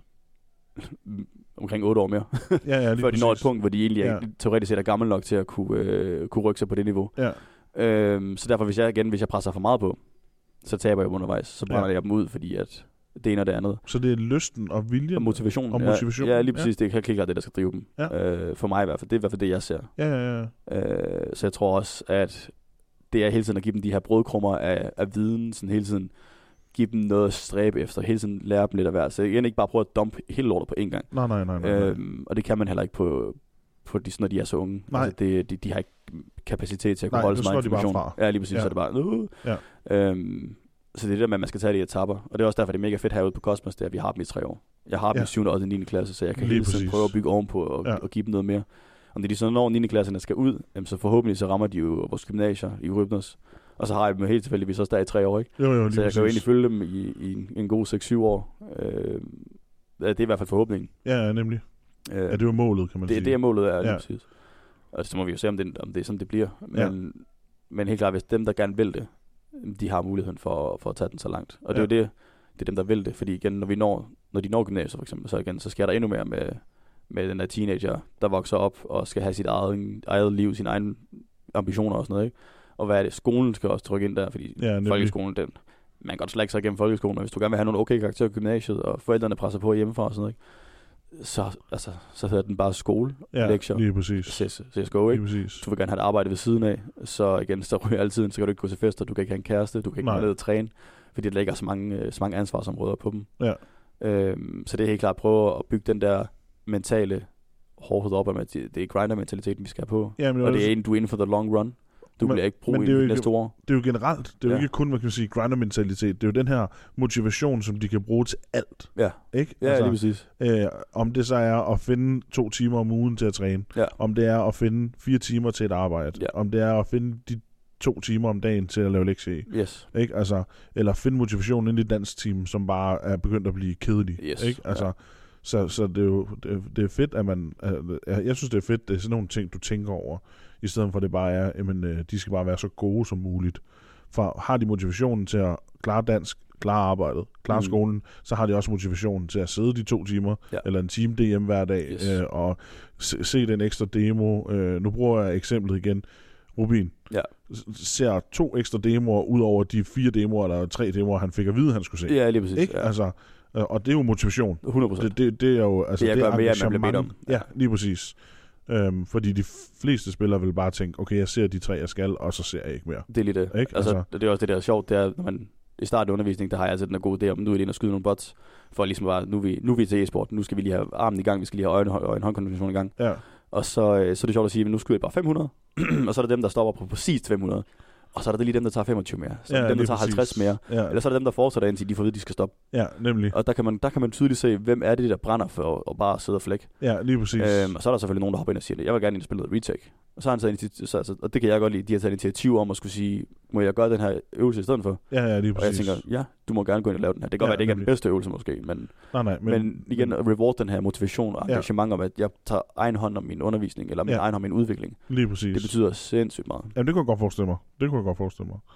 omkring otte år mere, ja, ja, før de når et punkt, hvor de egentlig ja. er, teoretisk set er gammel nok til at kunne, øh, kunne rykke sig på det niveau. Ja. Øhm, så derfor, hvis jeg igen, hvis jeg presser for meget på, så taber jeg undervejs. Så brænder ja. jeg dem ud, fordi at det ene og det andet. Så det er lysten og viljen? Og motivationen. Og motivation. Ja, ja lige præcis. Ja. Det er helt klart det, der skal drive dem. Ja. Øh, for mig i hvert fald. Det er i hvert fald det, jeg ser. Ja, ja, ja. Øh, så jeg tror også, at det er hele tiden at give dem de her brødkrummer af, af viden, sådan hele tiden give dem noget at stræbe efter, hele tiden lære dem lidt af hver. Så igen ikke bare prøve at dumpe hele lortet på en gang. Nej, nej, nej. nej, nej. Øhm, og det kan man heller ikke på, på de, når de er så unge. Nej. Altså det, de, de har ikke kapacitet til at kunne nej, holde så meget information. Fra. Ja, lige præcis, ja. så er det bare... Uh. Ja. Øhm, så det er det der med, at man skal tage de etapper. Og det er også derfor, det er mega fedt herude på Cosmos, det er, at vi har dem i tre år. Jeg har dem ja. i syvende og niende klasse, så jeg kan lige hele tiden prøve at bygge ovenpå og, ja. og give dem noget mere. Om det er de så når niende klasserne skal ud, jamen, så forhåbentlig så rammer de jo vores gymnasier i Rybners. Og så har jeg dem helt tilfældigvis også der i tre år, ikke? Jo, jo, så jeg præcis. kan jo egentlig følge dem i, i en, en god seks syv år. Øh, det er i hvert fald forhåbningen. Ja, ja nemlig. Øh, ja, det er jo målet, kan man det, sige. Det er målet, er lige ja. præcis. Og så må vi jo se, om det, om det er sådan, det bliver. Men, ja. men helt klart, hvis dem, der gerne vil det, de har muligheden for, for at tage den så langt. Og det ja. er jo det, det er dem, der vil det. Fordi igen, når, vi når, når de når gymnasiet for eksempel, så, igen, så sker der endnu mere med, med den der teenager, der vokser op og skal have sit eget, eget liv, sine egne ambitioner og sådan noget, ikke? Og hvad er det? Skolen skal også trykke ind der, fordi ja, folkeskolen, den, man kan godt slække sig igennem folkeskolen, og hvis du gerne vil have nogle okay karakterer i gymnasiet, og forældrene presser på hjemmefra og sådan noget, ikke? Så, altså, så hedder den bare skole, ja, lektier, lige præcis. C S G O, ikke? Lige præcis. Du vil gerne have et arbejde ved siden af, så igen, så ryger altid, så kan du ikke gå til fester, du kan ikke have en kæreste, du kan ikke ned og træne, fordi der ligger så mange, så mange ansvarsområder på dem. Ja. Øhm, så det er helt klart at prøve at bygge den der mentale hårdhed op, at det er grinder-mentaliteten, vi skal have på, ja, og det er en, du er inden for the long run. Du men, bliver ikke bruge i næste år. Det er jo generelt, det er jo ja. ikke kun, man kan sige, grinder-mentalitet. Det er jo den her motivation, som de kan bruge til alt. Ja, ikke? Ja, altså, lige præcis. Øh, om det så er at finde to timer om ugen til at træne. Ja. Om det er at finde fire timer til et arbejde. Ja. Om det er at finde de to timer om dagen til at lave lektier i. Yes. Ikke? Altså, eller finde motivationen ind i et dansteam, som bare er begyndt at blive kedelig. Yes. Ikke? Altså, ja. Så, så det er jo det, det er fedt, at man... Jeg synes, det er fedt, det er sådan nogle ting, du tænker over, i stedet for, at det bare er, jamen, de skal bare være så gode som muligt. For har de motivationen til at klare dansk, klare arbejdet, klare mm. skolen, så har de også motivationen til at sidde de to timer, ja. eller en time D M hver dag, yes. øh, og se, se den ekstra demo. Øh, nu bruger jeg eksemplet igen. Rubin ja. ser to ekstra demoer, ud over de fire demoer, eller tre demoer, han fik at vide, han skulle se. Ja, lige præcis. Ikke? Ja. Altså, og det er jo motivation. hundrede procent. Det, det, det er jo altså, det, det er mere, man bliver bedt om. Ja, lige præcis. Øhm, fordi de fleste spillere vil bare tænke, okay, jeg ser de tre, jeg skal, og så ser jeg ikke mere. Det er lige det. Ikke? Altså, altså, det er også det der sjovt, det er, når man i starten af undervisningen, der har jeg altid den der gode idé om, nu er det ind og skyde nogle bots, for ligesom bare, nu er vi, nu er vi til e-sport, nu skal vi lige have armen i gang, vi skal lige have øjne, øjne håndkoordination i gang. Ja. Og så, så er det sjovt at sige, at nu skyder jeg bare fem hundrede, og så er der dem, der stopper på præcis fem hundrede. Og så er der lige dem, der tager femogtyve mere. Så er ja, dem, der tager præcis. halvtreds mere. Ja. Eller så er der dem, der fortsætter indtil de får at vide, de skal stoppe. Ja, nemlig. Og der kan man, der kan man tydeligt se, hvem er det, der brænder for at bare sidde og flække. Ja, lige præcis. Øhm, og så er der selvfølgelig nogen, der hopper ind og siger, jeg vil gerne ind og spille noget retake. Og så har han taget initiativ, så, altså, og det kan jeg godt lide, de har taget initiativ om at skulle sige, må jeg gøre den her øvelse i stedet for? Ja, ja, lige præcis. Og jeg tænker, ja, du må gerne gå ind og lave den her. Det kan godt ja, være, at det ikke nemlig. er den bedste øvelse måske, men, nej, nej, men, men igen, at reward den her motivation og engagement ja. om, at jeg tager egen hånd om min undervisning, eller min ja. egen hånd om min udvikling. Lige præcis. Det betyder sindssygt meget. Jamen, det kunne jeg godt forestille mig. Det kunne jeg godt forestille mig.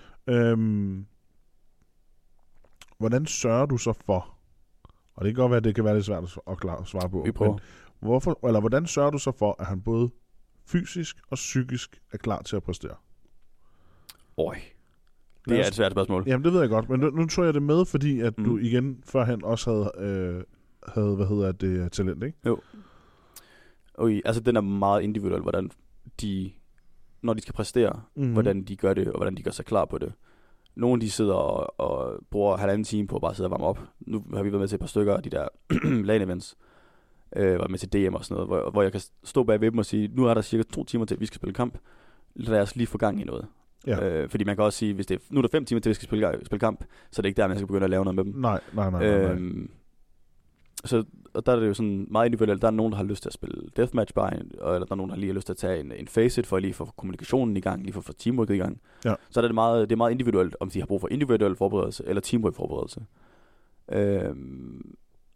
Øhm, hvordan sørger du så for, og det kan godt være, at det kan være lidt svært at klare, svare på, vi prøver. Men hvorfor, eller hvordan sørger du så for, at han både fysisk og psykisk er klar til at præstere? Øj, det er et svært spørgsmål. Jamen, det ved jeg godt, men nu, nu tror jeg det med, fordi at mm. du igen førhen også havde, øh, havde hvad hedder det, talent, ikke? Jo. Og i, altså, den er meget individuel, hvordan de, når de skal præstere, mm-hmm. hvordan de gør det, og hvordan de gør sig klar på det. Nogle, de sidder og, og bruger halvanden time på at bare sidde og varme op. Nu har vi været med til et par stykker af de der LAN-events, øh, var med til D M og sådan noget, hvor, hvor jeg kan stå bag ved dem og sige, nu er der cirka to timer til, at vi skal spille kamp. Lad os lige få gang i noget. Ja. Øh, fordi man kan også sige, hvis det er, nu er der fem timer til, at vi skal spille, spille kamp, så er det ikke der, man skal begynde at lave noget med dem. Nej, nej, nej. nej, nej. Øhm, så og der er det jo sådan meget individuelt. Der er nogen, der har lyst til at spille deathmatch bare, eller der er nogen, der lige har lyst til at tage en, en facet for at lige få kommunikationen i gang, lige for at få teamworket i gang. Ja. Så er det, meget, det er meget individuelt, om de har brug for individuel forberedelse eller teamwork forberedelse. Øhm,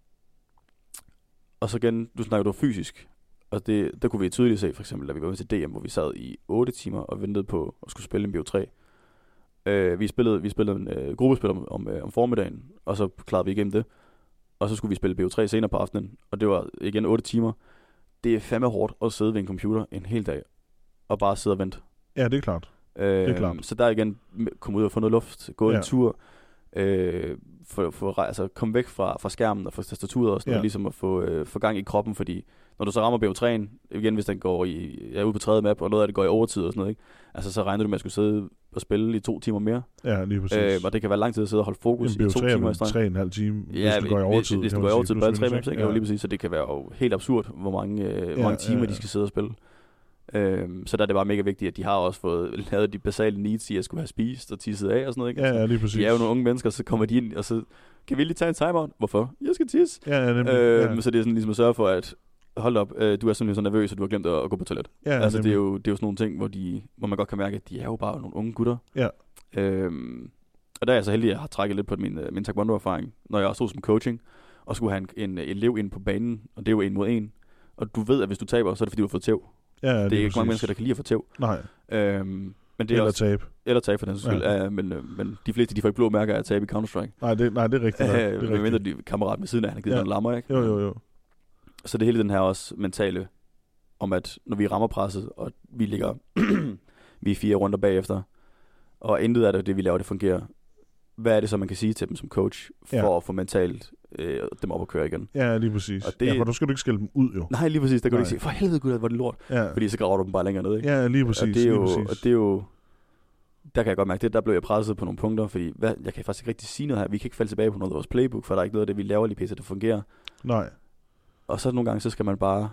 og så igen, du snakker du fysisk, og det, der kunne vi tydeligt se, for eksempel, da vi var med til D M, hvor vi sad i otte timer og ventede på at skulle spille en B O tre. Øh, vi spillede, vi spillede en øh, gruppespil om, om, øh, om formiddagen, og så klarede vi igennem det. Og så skulle vi spille B O tre senere på aftenen, og det var igen otte timer. Det er fandme hårdt at sidde ved en computer en hel dag, og bare sidde og vente. Ja, det er klart. Øh, det er klart. Så der igen, komme ud og få noget luft, gå ja. en tur, øh, for, for, altså komme væk fra, fra skærmen og fra tastaturet og sådan ja. noget, ligesom at få, øh, få gang i kroppen, fordi når du så rammer B O tre'en, igen hvis den går i, jeg er ude på tredje map, og noget af det går i overtid og sådan noget, ikke? Altså så regner du med at skulle sidde og spille i to timer mere. Ja, lige præcis. Øh, og det kan være lang tid at sidde og holde fokus i to timer i streg. tre og en halv time, ja, hvis det går i overtid. Hvis det går i overtid, bare tre maps, ikke? Ja. Lige præcis, så det kan være jo helt absurd, hvor mange, øh, ja, hvor mange timer ja, ja. de skal sidde og spille. Øhm, så der er det bare mega vigtigt, at de har også fået lavet de basale needs i at skulle have spist og tisset af og sådan noget, ikke? Ja, ja, lige præcis. De er jo nogle unge mennesker, så kommer de ind, og så kan vi lige tage en timeout. Hvorfor? Jeg skal tisse. Ja, ja, nemlig, øhm, ja. Så det er sådan ligesom at sørge for, at hold op, øh, du er simpelthen så nervøs, at du har glemt at, at gå på toilet. Ja, altså nemlig. det er, jo, det er jo sådan nogle ting, hvor, de, hvor man godt kan mærke, at de er jo bare nogle unge gutter. Ja. Øhm, og der er jeg så heldig, at jeg har trækket lidt på min, min taekwondo-erfaring, når jeg også stod som coaching, og skulle have en, en elev ind på banen, og det er jo en mod en. Og du ved, at hvis du taber, så er det fordi, du har fået tæv. Ja, det er ikke mange mennesker, der kan lide at få tæv. Nej. Øhm, men det er eller også, tab. Eller tab for den skyld. Ja. Ja, men, øh, men de fleste, de får ikke blå mærker af at tabe i Counter-Strike. Nej, det, nej, det er rigtigt. Øh, det er rigtigt. Men mindre de kammerat med siden af, han har givet ja. nogle lammer, ikke? Jo, jo, jo. Så det hele den her også mentale, om at når vi rammer presset, og vi ligger vi er fire runder bagefter, og intet af det, det vi laver, det fungerer. Hvad er det så, man kan sige til dem som coach, for ja. at få mentalt øh, dem op at køre igen? Ja, lige præcis. Og det, ja, for du skal du ikke skælde dem ud, jo. Nej, lige præcis. Der kan du ikke sige, for helvede gud, hvor er det lort. Ja. Fordi så graver du dem bare længere ned, ikke? Ja, lige præcis. Og det er jo, lige og det er jo der kan jeg godt mærke det. Der blev jeg presset på nogle punkter, fordi hvad, jeg kan faktisk ikke rigtig sige noget her. Vi kan ikke falde tilbage på noget af vores playbook, for der er ikke noget af det, vi laver lige P C, der fungerer. Nej. Og så nogle gange, så skal man bare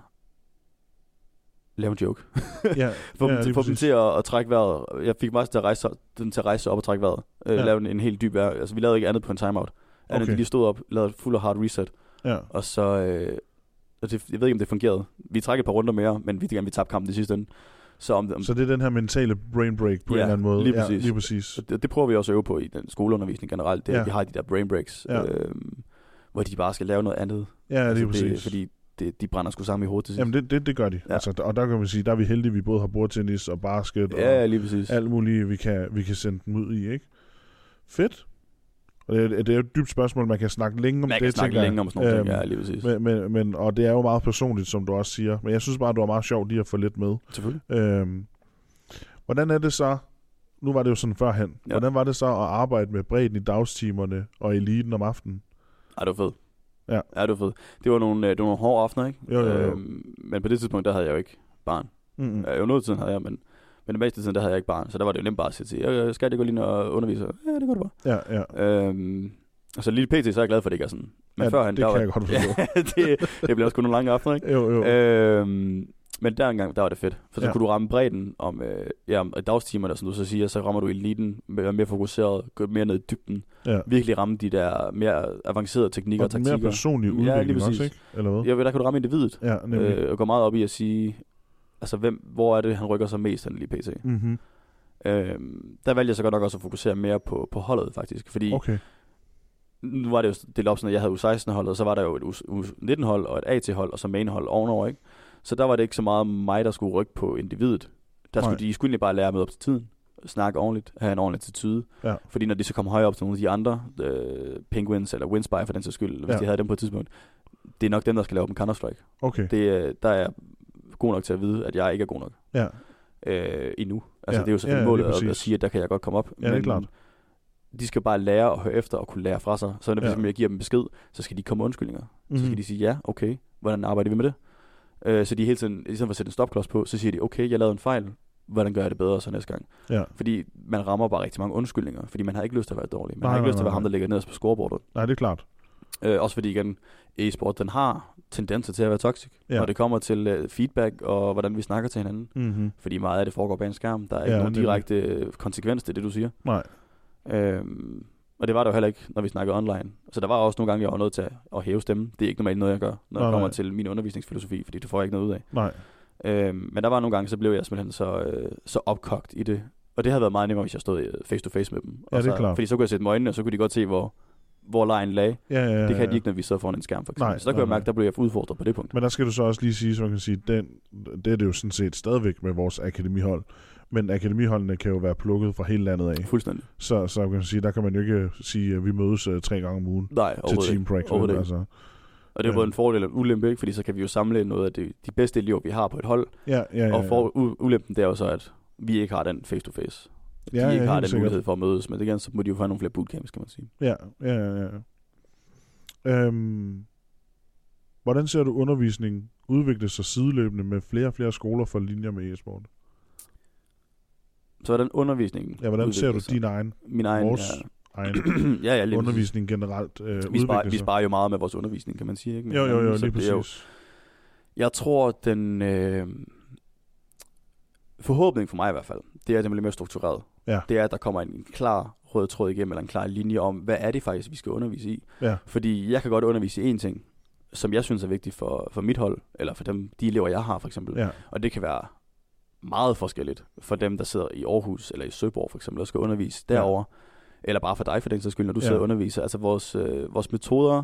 lave en joke. Ja, få ja, dem, til, få dem til at, at trække vejret. Jeg fik meget til at rejse, dem til at rejse op og trække vejret. Øh, ja. Lave en, en helt dyb vejr. Altså, vi lavede ikke andet på en timeout. Andet, okay. De lige stod op, lavede fuld og hard reset. Ja. Og så, øh, og det, jeg ved ikke, om det fungerede. Vi trækker et par runder mere, men vi gerne vi tabte kampen i sidste ende. Så, om, om, så det er den her mentale brain break på ja, en eller anden måde. Lige præcis. Ja, lige præcis. Det, det prøver vi også at øve på i den skoleundervisning generelt. Det er, ja. at vi har de der brain breaks, ja. øh, hvor de bare skal lave noget andet. Ja, lige altså, præcis. Det, fordi det, de brænder sgu sammen i hovedet til sidst. Jamen det, det, det gør de. Ja. Altså, og der kan man sige, der er vi heldige, vi både har bordtennis og basket ja, og lige præcis. alt muligt, vi kan, vi kan sende dem ud i, ikke? Fedt. Og det er, det er jo et dybt spørgsmål, man kan snakke længe om man det. Man kan snakke længe om sådan nogle øhm, ting, ja, lige præcis. Men, men, men, og det er jo meget personligt, som du også siger. Men jeg synes bare, det var meget sjovt lige at få lidt med. Selvfølgelig. Øhm, hvordan er det så, nu var det jo sådan førhen, ja. Hvordan var det så at arbejde med bredden i dagstimerne og eliten om aftenen? Ej, det var fedt. Ja. Ja, det var fedt. Det var nogle, det var nogle hårde aftener, ikke? Jo, jo, jo. Øhm, men på det tidspunkt, der havde jeg jo ikke barn. Mm-hmm. Jo, noget tid havde jeg, men, men det meste tiden, der havde jeg ikke barn. Så der var det jo nemt bare at sige, jeg skal det gå lige og undervise? Ja, det går det bare. Ja, ja. Øhm, og så lige P T, så er jeg glad for, at det ikke er sådan. Men ja, førhen, det der kan var, jeg godt forstå. Ja, det, det blev også kun nogle lange aftener, ikke? Jo, jo. Øhm, men der engang, der var det fedt. For så ja. kunne du ramme bredden om, øh, ja, om dagstimerne, som du så siger, så rammer du eliten, være mere fokuseret, gå mere ned i dybden. Ja. Virkelig ramme de der mere avancerede teknikker og taktikker. Og mere personlige udvikling ja, også, ikke? Eller hvad? Ja, der kan du ramme individet. Ja, øh, og gå meget op i at sige, altså, hvem, hvor er det, han rykker sig mest, han lige P C. Mm-hmm. Øhm, der valgte jeg så godt nok også at fokusere mere på, på holdet, faktisk. Fordi okay. nu var det jo delt op sådan, at jeg havde U seksten-holdet, og så var der jo et U nitten-hold og et A T-hold, og så main-hold ovenover, ikke? Så der var det ikke så meget mig, der skulle rykke på individet. Der skulle de skulle egentlig bare lære med op til tiden, snakke ordentligt, have en ordentlig attitude. Ja. Fordi når de så kom højere op til nogle af de andre, øh, Penguins eller Winspy for den sags skyld, hvis ja. de havde dem på et tidspunkt, det er nok dem, der skal lave dem Counter-Strike. Okay. Det, der er jeg god nok til at vide, at jeg ikke er god nok. Ja. Øh, endnu. Altså ja. det er jo selvfølgelig ja, målet at, at sige, at der kan jeg godt komme op. Ja, men det er klart. De skal bare lære at høre efter og kunne lære fra sig. Så når ja. jeg giver dem besked, så skal de komme med undskyldninger. Mm-hmm. Så skal de sige, ja, okay, hvordan arbejder vi med det? Øh, så de hele tiden, i stedet for at sætte en stopklods på, så siger de, okay, jeg lavede en fejl, hvordan gør jeg det bedre så næste gang? Ja. Fordi man rammer bare rigtig mange undskyldninger, fordi man har ikke lyst til at være dårlig. Man Nej, har ikke nej, lyst til at være nej. ham, der ligger nederst på scorebordet. Nej, det er klart. Øh, også fordi igen, e-sport, den har tendenser til at være toxic, Ja. når det kommer til uh, feedback og hvordan vi snakker til hinanden. Mm-hmm. Fordi meget af det foregår bag en skærm. Der er ikke Ja, nogen nemlig. direkte konsekvens til det, du siger. Nej. Øhm, og det var der jo heller ikke, når vi snakkede online. Så der var også nogle gange, jeg var nødt til at, at hæve stemmen. Det er ikke normalt noget, jeg gør, når Nej, det kommer nej. til min undervisningsfilosofi, fordi det får jeg ikke noget ud af. Nej. Øhm, men der var nogle gange, så blev jeg simpelthen så, øh, så opkogt i det. Og det havde været meget nemmere, hvis jeg stod øh, face to face med dem. Ja, og det er så, klart. Fordi så kunne jeg sætte dem i øjnene, og så kunne de godt se, hvor, hvor lejen lag. Ja, ja, ja, Det kan ja. de ikke, når vi sidder foran en skærm, for eksempel. Nej, så der kunne nej, jeg mærke, nej. der blev jeg udfordret på det punkt. Men der skal du så også lige sige, så man kan sige, den, det er det jo sådan set stadigvæk med vores akademihold. Men akademiholdene kan jo være plukket fra hele landet af. Fuldstændig. Så, så kan man sige, der kan man jo ikke sige, at vi mødes uh, tre gange om ugen Nej, til overhovedet team ikke. practice. Overhovedet ikke. Altså. Og det er Ja. både en fordel og en ulempe, ikke? Fordi så kan vi jo samle noget af det, de bedste elever, vi har på et hold. Ja, ja, ja. Og for, u- ulempen, det er jo så, at vi ikke har den face-to-face. De Ja, ja, ikke har helt den sikkert. mulighed for at mødes. Men det igen, så må de jo få nogle flere bootcamps, kan man sige. Ja, ja, ja. ja. Øhm, hvordan ser du undervisningen udvikle sig sideløbende med flere og flere skoler for linjer med e-sport? Så hvordan undervisningen Ja, hvordan ser du udvikler sig? din egen, Min egen, vores ja. egen ja, ja, lige undervisning generelt øh, præcis. Vi udvikle sparer, sig? vi sparer jo meget med vores undervisning, kan man sige. Ikke? Jo, jo, jo, Så lige det er jo- præcis. Jeg tror, den øh, forhåbning for mig i hvert fald, det er, at det bliver mere struktureret. Ja. Det er, at der kommer en, en klar rød tråd igennem, eller en klar linje om, hvad er det faktisk, vi skal undervise i. Ja. Fordi jeg kan godt undervise i én ting, som jeg synes er vigtigt for, for mit hold, eller for dem, de elever, jeg har for eksempel. Ja. Og det kan være meget forskelligt for dem, der sidder i Aarhus eller i Søborg for eksempel, og skal undervise Ja. derovre. Eller bare for dig for den sags skyld, når du Ja. sidder og underviser. Altså vores, øh, vores metoder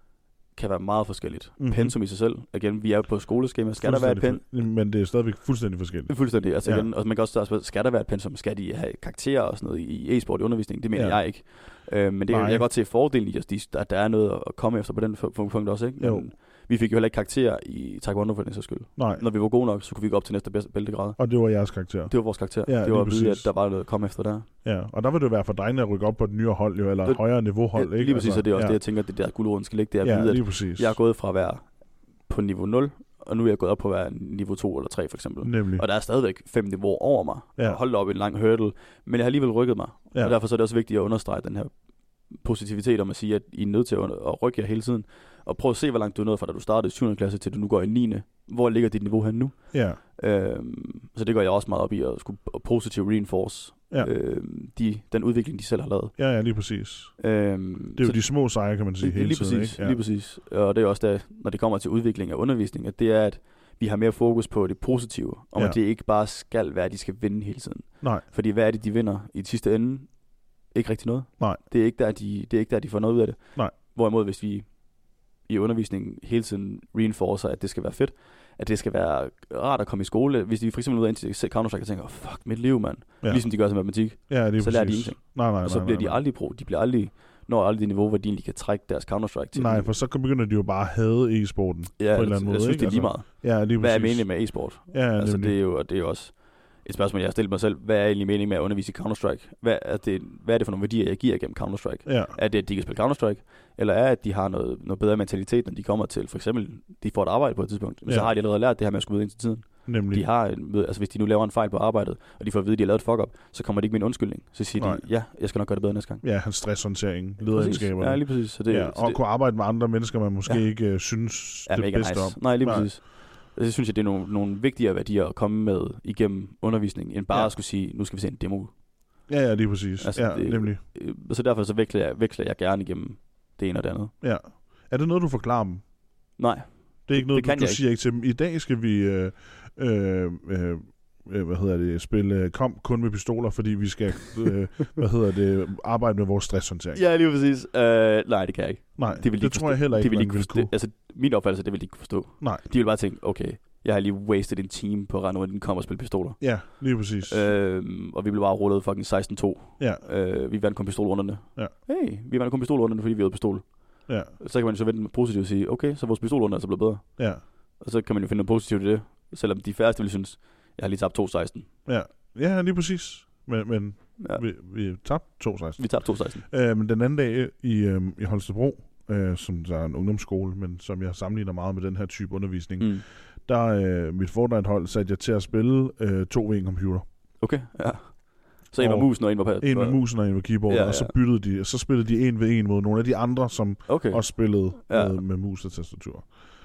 kan være meget forskelligt. Mhm. Mm-hmm. Pensum i sig selv. Igen, vi er på skoleskema. Skal der være et pen? Fuldstændig fu- Men det er stadigvæk fuldstændig forskelligt. Fuldstændig. Altså Ja. igen, og man kan også spørge, skal der være et pensum? Skal de have karakterer og sådan noget i e-sport i undervisningen? Det mener Ja. jeg ikke. Øh, men det, Nej. jeg kan godt se fordelen i, at de- at der er noget at komme efter på den fu- punkt også. Ikke? Jo. Men vi fik jo heller ikke karakterer i Taekwondo for den sags skyld. Nej, Når vi var gode nok, så kunne vi gå op til næste bedste bæltegrad. og det var jeres karakter. Det var vores karakter. Ja, det lige var at vide, at præcis. der var noget at komme efter der. Ja, og der vil det jo være for dig at rykke op på et nyere hold, jo, eller et Det- højere niveauhold, Ja, ikke? lige præcis, og det er også ja. det, jeg tænker, at det der guldråden skal ligge, det er at Ja, vide, lige at præcis. jeg er gået fra at være på niveau nul, og nu er jeg gået op på at være niveau to eller tre for eksempel. Nemlig. Og der er stadigvæk fem niveauer over mig. Ja. Ja. Og holdt op i en lang hurdle. Men jeg har alligevel rykket mig. Ja. Ja. Og derfor så er det også vigtigt at understrege den her positivitet om at sige, at I er nødt til at, at rykke jer hele tiden. Og prøv at se, hvor langt du er nået fra, da du startede i syvende klasse, til du nu går i niende Hvor ligger dit niveau hen nu? Ja, Øhm, så det går jeg også meget op i, at skulle positivt reinforce ja. øhm, de, den udvikling, de selv har lavet. ja, ja, lige præcis. Øhm, Det er jo så- de små sejre, kan man sige, hele lige tiden, præcis, ikke? Ja. lige præcis. Og det er også der, når det kommer til udvikling af undervisning, at det er, at vi har mere fokus på det positive, om Ja. at det ikke bare skal være, at de skal vinde hele tiden. Nej, Fordi hvad er det, de vinder i sidste ende? Ikke rigtig noget. Nej. Det er ikke der, de, det er ikke der, de får noget ud af det. Nej. Hvorimod, hvis vi i undervisningen hele tiden reinforcer, at det skal være fedt, at det skal være rart at komme i skole. Hvis de for eksempel ud af til Counter-Strike og tænker, oh, fuck, mit liv, mand. Ja. Ja. Ligesom de gør til matematik. ja, lige Så lærer de præcis. ingenting. Nej, nej, Og så nej, bliver nej, de nej. aldrig pro. De bliver aldrig, når aldrig det niveau, hvor de egentlig kan trække deres Counter-Strike til. Nej, for så begynder de jo bare at hade e-sporten ja, på en eller anden måde, jeg synes, ikke? det er lige meget. Ja, lige Hvad er præcis. meningen med e-sport? Ja, ja, Altså, nemlig. det er jo, og det er jo også et spørgsmål, jeg har stillet mig selv. Hvad er egentlig meningen med at undervise i Counter-Strike? Hvad er det, hvad er det for nogle værdier, jeg giver gennem Counter-Strike? Ja, Er det, at de kan spille Counter-Strike? Eller er det, at de har noget, noget bedre mentalitet, når de kommer til, for eksempel, de får et arbejde på et tidspunkt? Men Ja. så har de allerede lært det her med at skulle videre ind til tiden. nemlig. De har, en, altså hvis de nu laver en fejl på arbejdet, og de får at vide, at de har lavet et fuck-up, så kommer de ikke med en undskyldning. Så siger Nej. de, ja, jeg skal nok gøre det bedre næste gang. Ja, hans stresshåndtering, Præcis. lederegenskaberne. Ja, lige præcis. Så det, ja, så og det, kunne arbejde med andre mennesker, man måske Ja. ikke uh, synes er det mega bedste nice. om. Nej, lige Nej. præcis. Det synes jeg, det er nogle, nogle vigtigere værdier at komme med igennem undervisning, end bare Ja. at skulle sige, nu skal vi se en demo. Ja, ja, lige præcis. Altså, ja, det- nemlig. Øh, Så derfor så veksler jeg, veksler jeg gerne igennem det ene og det andet. Ja. Er det noget, du forklarer dem? Nej, Det er ikke noget, det kan du, du jeg ikke. siger ikke til dem. I dag skal vi øh, øh, øh, øh, hvad hedder det, spille øh, kom kun med pistoler, fordi vi skal øh, hvad hedder det, arbejde med vores stresshåndtering. ja, lige præcis. Uh, nej, det kan jeg ikke. Nej, Det det, vil de det ikke tror jeg forstå. heller De ikke, vil man ikke vil forstå. kunne. Altså, min opfattelse, det vil de ikke kunne forstå. Nej, De vil bare tænke, okay, jeg har lige wasted en time på at rende rundt, den kommer og spille pistoler. ja, lige præcis. Øhm, og vi blev bare rullet fucking seksten to. Ja, Øh, vi vandt kun pistolrunderne. Ja. Hey, vi vandt kun pistolrunderne, fordi vi havde pistol. ja, Så kan man så vente med positivt og sige, okay, så vores pistolrunder er altså blevet bedre. ja, Og så kan man jo finde noget positivt i det, selvom de færreste vil synes, jeg har lige tabt to seksten. ja. Ja, lige præcis. Men, men Ja. vi, vi tabte to seksten. Vi tabte to seksten. Øh, men den anden dag i, øh, i Holstebro, øh, som der er en ungdomsskole, men som jeg sammenligner meget med den her type undervisning, Mm. der øh, mit Fortnite-hold satte jeg til at spille øh, to ved en computer. Okay, ja. Så en var musen og en var pad. En var musen og en var keyboard, ja, ja. Og så byttede de, så spillede de en ved en mod nogle af de andre, som okay. også spillede ja. med, med mus og tastatur.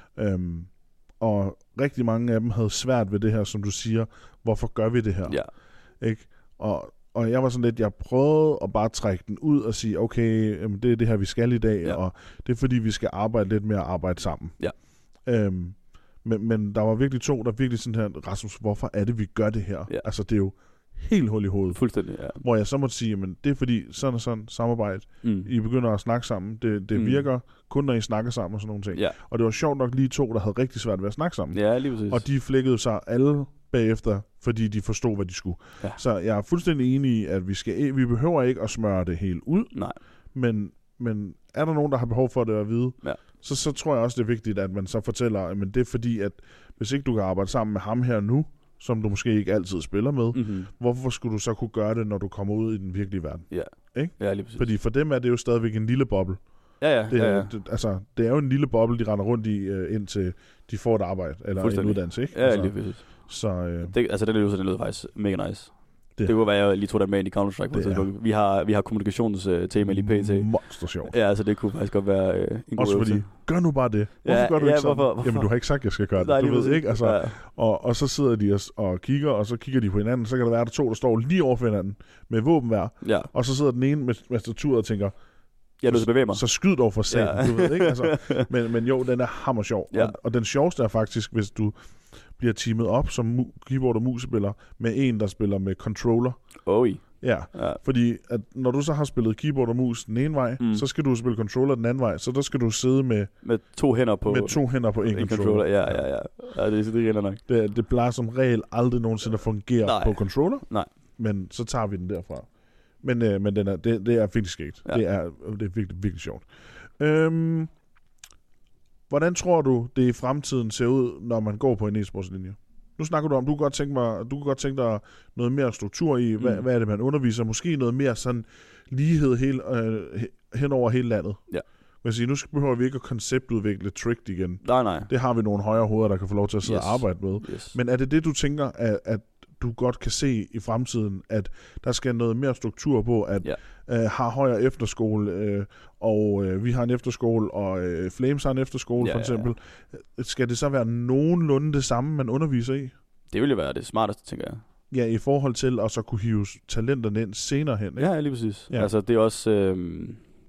Um, og rigtig mange af dem havde svært ved det her, som du siger, hvorfor gør vi det her? Ja. Ikke? Og, og jeg var sådan lidt, jeg prøvede at bare trække den ud og sige, okay, jamen, det er det her, vi skal i dag, ja. Og det er fordi, vi skal arbejde lidt mere og arbejde sammen. Ja. Um, men, men der var virkelig to, der virkelig sådan her, Rasmus, hvorfor er det, vi gør det her? Ja. Altså, det er jo helt hul i hovedet. Fuldstændig, ja. Hvor jeg så måtte sige, men det er fordi, sådan og sådan, samarbejde, mm. I begynder at snakke sammen, det, det mm. virker kun, når I snakker sammen og sådan nogle ting. Ja. Og det var sjovt nok lige to, der havde rigtig svært ved at snakke sammen. Ja, lige præcis. Og de flækkede sig alle bagefter, fordi de forstod, hvad de skulle. Ja. Så jeg er fuldstændig enig i, at vi, skal, vi behøver ikke at smøre det helt ud. Nej. Men, men er der nogen, der har behov for det at vide, ja. så, så tror jeg også, det er vigtigt, at man så fortæller, at det er fordi, at hvis ikke du kan arbejde sammen med ham her nu, som du måske ikke altid spiller med, mm-hmm. hvorfor skulle du så kunne gøre det, når du kommer ud i den virkelige verden? Ja, ikke? Ja, lige præcis. Fordi for dem er det jo stadigvæk en lille boble. Ja, ja. Det er, ja, ja. Det, altså, det er jo en lille boble, de render rundt i, uh, indtil de får et arbejde, eller en uddannelse, ikke? Ja, altså, lige præcis. Så, uh, det, altså, den øvelse, den lød faktisk mega nice. Det, det kunne være, jeg lige tog den med ind i Counter-Strike på et tidspunkt. Vi har, vi har kommunikationstema lige pt. Monster sjovt. Ja, altså det kunne faktisk godt være øh, en også god fordi, øvelse. Gør nu bare det. Hvorfor ja, gør du ja, ikke sådan? Hvorfor, hvorfor? Jamen, du har ikke sagt, at jeg skal gøre det. Nej, du ved præcis. ikke, altså. Ja. Og, og så sidder de og, og kigger, og så kigger de på hinanden, så kan der være, der to, der står lige over for hinanden med våben hver. Ja. Og så sidder den ene med, med staturet og tænker, ja, du skal bevæge mig. Så skyd dog for satan, ja. Du ved ikke, altså. Men, men jo, den er hammer sjov. Ja. Og, og den sjoveste er faktisk, hvis du bliver teamet op som mu- keyboard- og musespiller med en, der spiller med controller. Oi. Ja, ja, fordi at når du så har spillet keyboard og mus den ene vej, mm. så skal du spille controller den anden vej, så der skal du sidde med med to hænder på med to hænder på en, en controller. controller. Ja, ja, ja. Ja, det er det gælder nok. Det, det plejer som regel aldrig nogensinde at fungere Nej. på controller. Nej. Men så tager vi den derfra. Men øh, men den er det, det er virkelig skægt. Ja. Det er det er virkelig virkelig sjovt. Øhm, hvordan tror du det i fremtiden ser ud, når man går på en e-sportslinje? Nu snakker du om, du kan godt tænke mig, du kan godt tænke dig noget mere struktur i, hvad, mm. hvad er det, man underviser? Måske noget mere sådan lighed hele, øh, hen over hele landet. Ja. Men sige, nu behøver vi ikke at konceptudvikle Tricked igen. Nej, nej. Det har vi nogle højere hoveder, der kan få lov til at sidde yes. og arbejde med. Yes. Men er det det, du tænker, at, at du godt kan se i fremtiden, at der skal noget mere struktur på, at ja. øh, har højere efterskole, øh, og øh, vi har en efterskole, og øh, Flames har en efterskole, ja, for eksempel. Ja, ja. Skal det så være nogenlunde det samme, man underviser i? Det ville jo være det smarteste, tænker jeg. Ja, i forhold til at så kunne hive talenterne ind senere hen, ikke? Ja, lige præcis. Ja. Altså, det er også... Øh...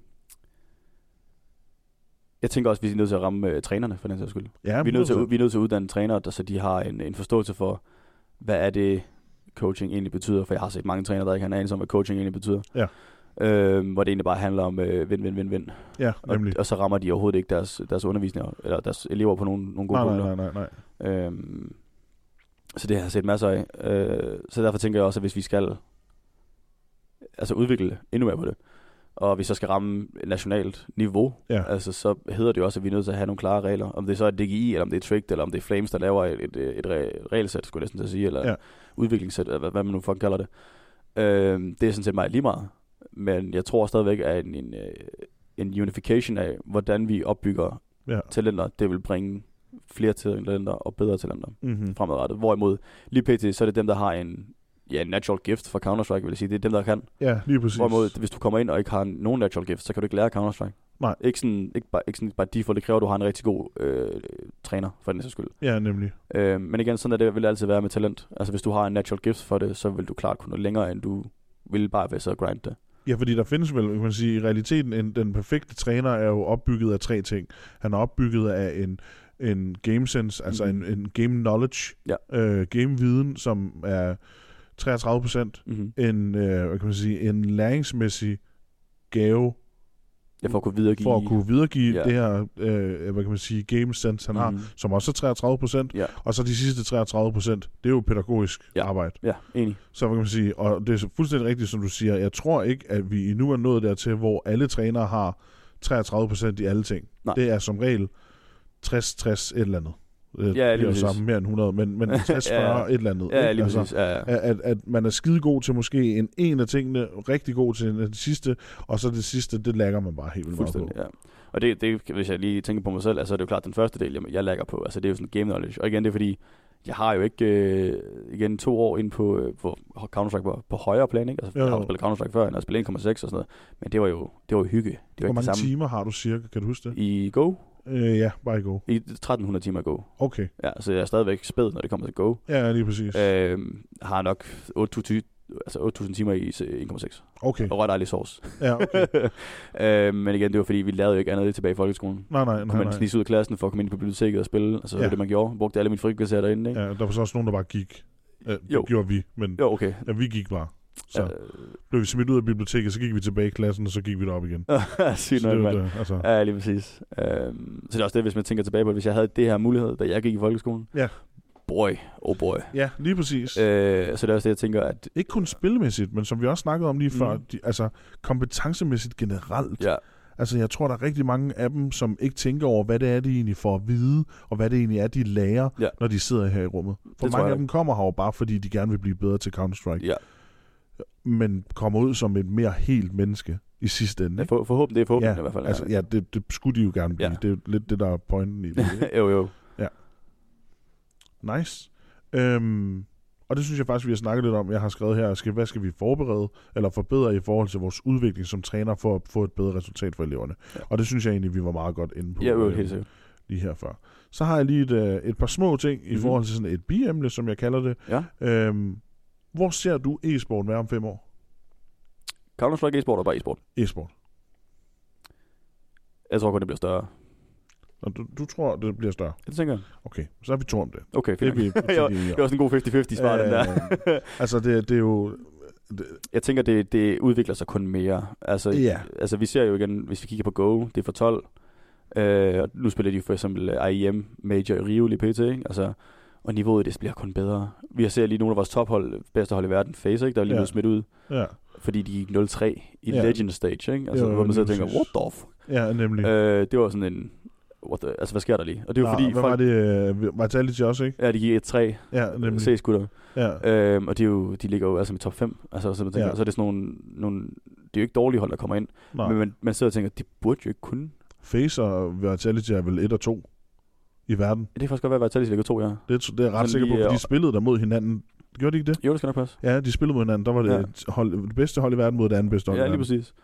Jeg tænker også, at vi er nødt til at ramme øh, trænerne, for den sags skyld. Ja, vi, er nødt til, vi er nødt til at uddanne trænere, der, så de har en, en forståelse for, hvad er det, coaching egentlig betyder. For jeg har set mange trænere, der ikke har en anelse om, hvad coaching egentlig betyder. Ja. Øh, hvor det egentlig bare handler om øh, vind, vind, vind, vind. Ja, nemlig. Og, og så rammer de overhovedet ikke deres, deres undervisninger, eller deres elever på nogle, nogle gode nej, punkter. Nej, nej, nej. Øhm, så det har jeg set masser af. Øh, så derfor tænker jeg også, at hvis vi skal altså udvikle endnu mere på det, og vi så skal ramme nationalt niveau, ja. altså, så hedder det jo også, at vi er nødt til at have nogle klare regler. Om det er så er D G I, eller om det er Tricked, eller om det er Flames, der laver et, et, et, et regelsæt, skulle jeg næsten til at sige, eller ja. udviklingssæt, eller hvad, hvad man nu fucking kalder det. Øh, det er sådan set meget lige meget. Men jeg tror stadigvæk, at en, en, en unification af, hvordan vi opbygger ja. talenter, det vil bringe flere talenter og bedre talenter mm-hmm. fremadrettet. Hvorimod, lige pt, så er det dem, der har en, ja, en natural gift for Counter-Strike, vil jeg sige. Det er dem, der kan. Ja, lige præcis. Hvorimod, hvis du kommer ind og ikke har nogen natural gift, så kan du ikke lære Counter-Strike. Nej. Ikke sådan, ikke bare, ikke sådan bare default, det kræver, at du har en rigtig god øh, træner, for den sags skyld. Ja, nemlig. Øh, men igen, sådan er det, vil det altid være med talent. Altså, hvis du har en natural gift for det, så vil du klart kunne nå længere, end du vil bare ved så at grinde det. Ja, fordi der findes vel, kan man sige, i realiteten, en, den perfekte træner er jo opbygget af tre ting. Han er opbygget af en, en game sense, altså mm-hmm. en, en game knowledge, ja. øh, game viden, som er treogtredive procent, mm-hmm. en, øh, hvad kan man sige, en læringsmæssig gave, ja, for at kunne videregive, for at kunne videregive ja. det her, øh, hvad kan man sige, game sense, han mm-hmm. har, som også er treogtredive procent, ja. og så de sidste treogtredive procent, det er jo pædagogisk ja. arbejde. Ja, enig. Så hvad kan man sige, og det er fuldstændig rigtigt, som du siger, jeg tror ikke, at vi nu er nået dertil, hvor alle trænere har treogtredive procent i alle ting. Nej. Det er som regel tres tres et eller andet. Det ja, er jo sammen mere end hundrede, men, men tres fyrre ja, et eller andet. Ja, ikke? lige Altså, præcis. Ja, ja. at, at man er skide god til måske en, en af tingene, rigtig god til en af de sidste, og så det sidste, det lægger man bare helt vildt meget på. Ja. Og det, det, hvis jeg lige tænker på mig selv, altså det er jo klart den første del, jeg, jeg lægger på, altså det er jo sådan game knowledge. Og igen, det er fordi, jeg har jo ikke øh, igen to år ind på, øh, på Counter-Strike på, på højere plan, ikke? Altså, jo, jo. Jeg har jo spillet Counter-Strike før, jeg har spillet en komma seks og sådan noget, men det var jo, det var jo hygge. Det var Hvor mange det timer har du cirka, kan du huske det? I Go? Øh, ja, bare i Go. I tretten hundrede timer i Go. Okay. Ja, så jeg er stadigvæk spæd, når det kommer til Go. Ja, lige præcis. Øh, har nok otte tusind altså otte tusind timer i en komma seks. Okay. Og ret dejlig source. Ja, okay. øh, men igen, det var fordi, vi lavede jo ikke andet tilbage i folkeskolen. Nej, nej, nej. Kunne man nej. snige ud af klassen for at komme ind på biblioteket og spille. Altså, ja. Det var det, man gjorde. Brugte alle mine frikvarterer derinde, ikke? Ja, der var så også nogen, der bare gik. Ja, det jo. gjorde vi, men jo, okay. Ja, vi gik bare. Så øh... blev vi smidt ud af biblioteket, så gik vi tilbage i klassen, og så gik vi derop igen. Sygt nok, mand. Altså. Ja, lige præcis. Øhm, så det er også det, hvis man tænker tilbage på, hvis jeg havde det her mulighed, da jeg gik i folkeskolen. Ja. Boy, oh boy. Ja, lige præcis. Øh, så det er også det, jeg tænker, at... Ikke kun spilmæssigt, men som vi også snakkede om lige mm. før, de, altså kompetencemæssigt generelt. Ja. Altså, jeg tror, der er rigtig mange af dem, som ikke tænker over, hvad det er, de egentlig får at vide, og hvad det egentlig er, de lærer, ja. Når de sidder her i rummet. For det mange af dem kommer her jo bare, fordi de gerne vil blive bedre til Counter-Strike. Ja. Men kommer ud som et mere helt menneske i sidste ende. Ja, for, forhåbentlig, det er forhåbentlig ja, i hvert fald. Altså, ja, det, det skulle de jo gerne blive. Ja. Det er jo lidt det, der er pointen i det. jo, jo. Ja. Nice. Øhm, og det synes jeg faktisk, vi har snakket lidt om. Jeg har skrevet her, skal, hvad skal vi forberede eller forbedre i forhold til vores udvikling som træner for at få et bedre resultat for eleverne. Ja. Og det synes jeg egentlig, vi var meget godt inde på. Ja, jo, helt sikkert. Lige herfra. Så har jeg lige et, øh, et par små ting mm-hmm. i forhold til sådan et biemne, som jeg kalder det. Ja. Øhm, hvor ser du e-sport være om fem år? Counter-Strike e-sport og bare e-sport? E-sport. Jeg tror godt, det bliver større. Og du, du tror, det bliver større? Det tænker jeg. Okay, så er vi to om det. Okay, fint. Det, det, er, det er også en god halvtreds halvtreds svar, den der. altså, det, det er jo... Det. Jeg tænker, det, det udvikler sig kun mere. Altså, ja. altså, vi ser jo igen, hvis vi kigger på Go, det er for tolv. Øh, og nu spiller de for eksempel I E M Major i Rio lige pt, ikke? Altså, og niveauet, det bliver kun bedre. Vi har set lige nogle af vores tophold, bedste hold i verden, Face, ikke? Der er lige ja. blevet smidt ud. Ja. Fordi de gik nul tre i ja. Legend Stage, ikke? Altså, jo, hvor man så tænker, what the fuck? Ja, nemlig. Øh, det var sådan en... What the, altså, hvad sker der lige? Og det er jo ja, fordi... Hvad folk, var det? Uh, Vitality også, ikke? Ja, de gik et tre. Ja, nemlig. C-skutter. Ja. Øhm, og de, er jo, de ligger jo altså i top fem. Altså, så, man tænker, ja. så er det sådan nogle, nogle... Det er jo ikke dårlige hold, der kommer ind. Nej. Men man, man sidder og tænker, de burde jo ikke kunne. Face og Vitality er vel et og to i verden. Det kan faktisk godt være, at Vitality ligger to, ja. Det, det er jeg ret sikker på, for de spillede der mod hinanden. Gjorde de ikke det? Jo, det skal nok passe. Ja, de spillede mod hinanden. Der var det, ja. et hold, det bedste hold i verden mod det andet bedste hold ja, i verden. Ja, lige præcis.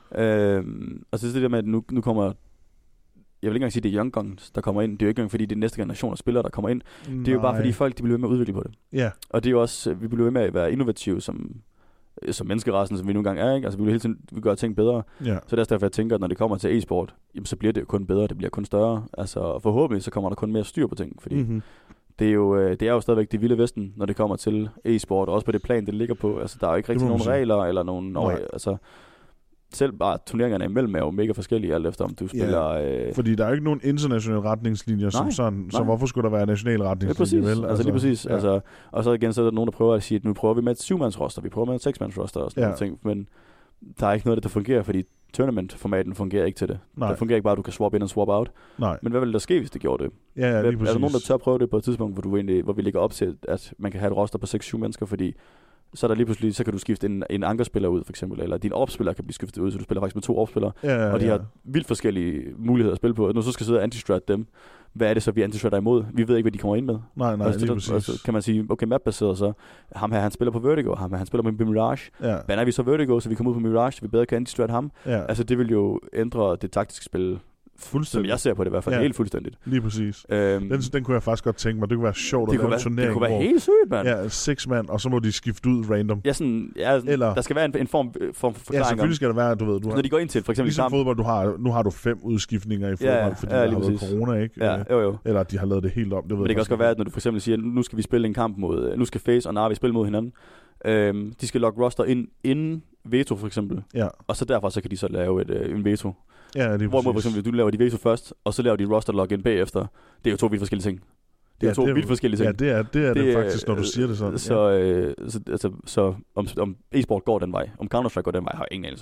Øhm, og så det der med, at nu, nu kommer... Jeg vil ikke engang sige, at det er Young Guns, der kommer ind. Det er jo ikke engang, fordi det er næste generation af spillere, der kommer ind. Nej. Det er jo bare, fordi folk de bliver ved med at udvikle på det. Ja. Og det er jo også... Vi bliver ved med at være innovative som, som menneskerassen, som vi nogle gange er, ikke? Altså, vi vil hele tiden vi gør ting bedre. Ja. Så det er derfor, jeg tænker, at når det kommer til e-sport, jamen, så bliver det jo kun bedre. Det bliver kun større. Altså, forhåbentlig så kommer der kun mere styr på ting, fordi... Mm-hmm. Det er, jo, det er jo stadigvæk det vilde vesten, når det kommer til e-sport, og også på det plan, det ligger på. Altså, der er jo ikke rigtig nogen sige. regler, eller nogen... Over, altså, selv bare turneringerne imellem er jo mega forskellige, alt efter om du spiller... Ja, øh... fordi der er jo ikke nogen internationale retningslinjer nej, som sådan, nej. Så hvorfor skulle der være nationale retningslinjer? Ja, præcis. Vel? Altså, lige præcis. Ja. Altså, og så igen, så er der nogen, der prøver at sige, at nu prøver vi med et syvmands roster, vi prøver med et seksmands roster og sådan ja. noget ting, men der er ikke noget, der fungerer, fordi tournament-formaten fungerer ikke til det. Nej. Det fungerer ikke bare, at du kan swap in og swap out. Nej. Men hvad ville der ske, hvis det gjorde det? Ja, ja, lige præcis. Er der nogen, der tør at prøve det på et tidspunkt, hvor, du egentlig, hvor vi ligger op til, at man kan have et roster på seks syv mennesker, fordi så er der lige pludselig, så kan du skifte en, en ankerspiller ud, for eksempel, eller din opspiller kan blive skiftet ud, så du spiller faktisk med to opspillere, ja, ja, og de ja. har vildt forskellige muligheder at spille på. Og nu så skal sidde og anti-strat dem. Hvad er det så, vi anti-stratter imod? Vi ved ikke, hvad de kommer ind med. Nej, nej, altså, lige der, præcis. altså, kan man sige, okay, map-baseret så, ham her, han spiller på Vertigo, ham her, han spiller på Mirage. Ja. Hvad er vi så Vertigo, så vi kommer ud på Mirage, så vi bedre kan anti-strat ham? Ja. Altså, det vil jo ændre det taktiske spil, som jeg ser på det i hvert fald, ja. helt fuldstændigt. Lige præcis. Øhm, den, den kunne jeg faktisk godt tænke mig. Det kunne være sjovt at lave en turnering. Det kunne være helt sygt, mand. Ja, seks mand, og så må de skifte ud random. Ja, sådan, ja Eller, der skal være en, en form, form for forklaring. Ja, selvfølgelig skal der være, du ved. Du har, når de går ind til, for eksempel ligesom fodbold, du har, nu har du fem udskiftninger i fodbold, ja, fordi ja, der har været corona, ikke? Ja, jo, jo. Eller de har lavet det helt om. Det ved Men det kan også godt være, at når du for eksempel siger, nu skal vi spille en kamp mod, nu skal Face og Navi spille mod hinanden. Øhm, de skal logge roster ind inden veto, for eksempel. Ja. Og så derfra, så kan de så lave et, øh, en veto. Ja, det er Hvorimod for eksempel, du laver de veto først, og så laver de roster login bagefter. Det er jo to vidt forskellige ting. Det er ja, to det er, vidt forskellige ting. Ja, det er det, er det, det faktisk, når du siger det sådan. Så, øh, så, altså, så om, om e-sport går den vej, om Counter-Strike går den vej, har jeg ingen anelse om.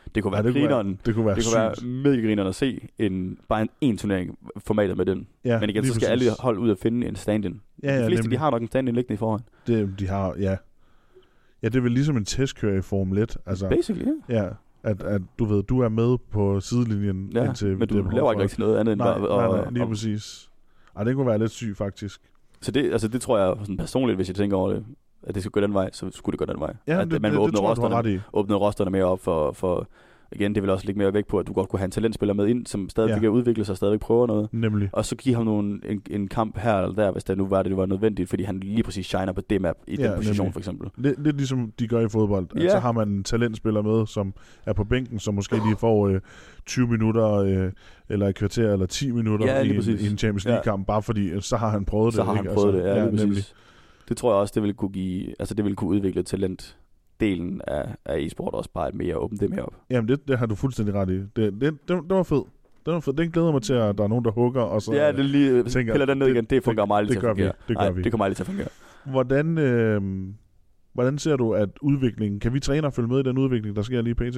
Det kunne være ja, det grineren. Kunne være, det kunne være, det kunne være mega grineren at se en, bare en, en turnering formatet med den. Ja, men igen, så skal præcis. alle hold ud og finde en stand-in. Ja, ja, de fleste, nemlig. de har nok en stand-in liggende i forhånd. Det, de har, ja. Ja, det er vel ligesom en testkører i Formel et. Altså, basically, ja. Ja, at, at du ved, du er med på sidelinjen. Ja, indtil men du laver ikke rigtig noget andet end nej, bare... Og, nej, nej, lige og, præcis. Ej, det kunne være lidt syg, faktisk. Så det, altså, det tror jeg sådan personligt, hvis jeg tænker over det, at det skulle gå den vej, så skulle det gå den vej. Ja, at det, man det, åbne det tror jeg, du har ret i. åbne rosterne mere op for, for... Igen, det vil også ligge mere væk på, at du godt kunne have en talentspiller med ind, som stadigvæk Ja. kan udvikle sig og stadigvæk prøver noget. Nemlig. Og så give ham nogle, en, en kamp her eller der, hvis det nu var det, det var nødvendigt, fordi han lige præcis shiner på det map i Ja, den position, nemlig. for eksempel. Lidt, lidt ligesom de gør i fodbold. Ja. Altså, så har man en talentspiller med, som er på bænken, som måske lige får øh, tyve minutter, øh, eller et kvarter, eller ti minutter Ja, i, en, præcis. i en Champions League-kamp, bare fordi, øh, så har han prøvet Så det. har han ikke? prøvet altså, det, ja, ja lige nemlig. præcis. Det tror jeg også, det vil kunne give, altså det vil kunne udvikle talent delen af, af e-sport også bare et mere åbent det mere op. Jamen, det, det har du fuldstændig ret i. Det, det, det, det var fedt. Det var fedt. Den glæder mig til, at der er nogen, der hugger, og så Ja, det er lige, tænker, piller den ned det- igen, det fungerer mig aldrig det til at gør vi. fungere. Det gør Nej, vi. det kommer aldrig til at fungere. Hvordan, øh, hvordan ser du, at udviklingen... Kan vi trænere følge med i den udvikling, der sker lige pt?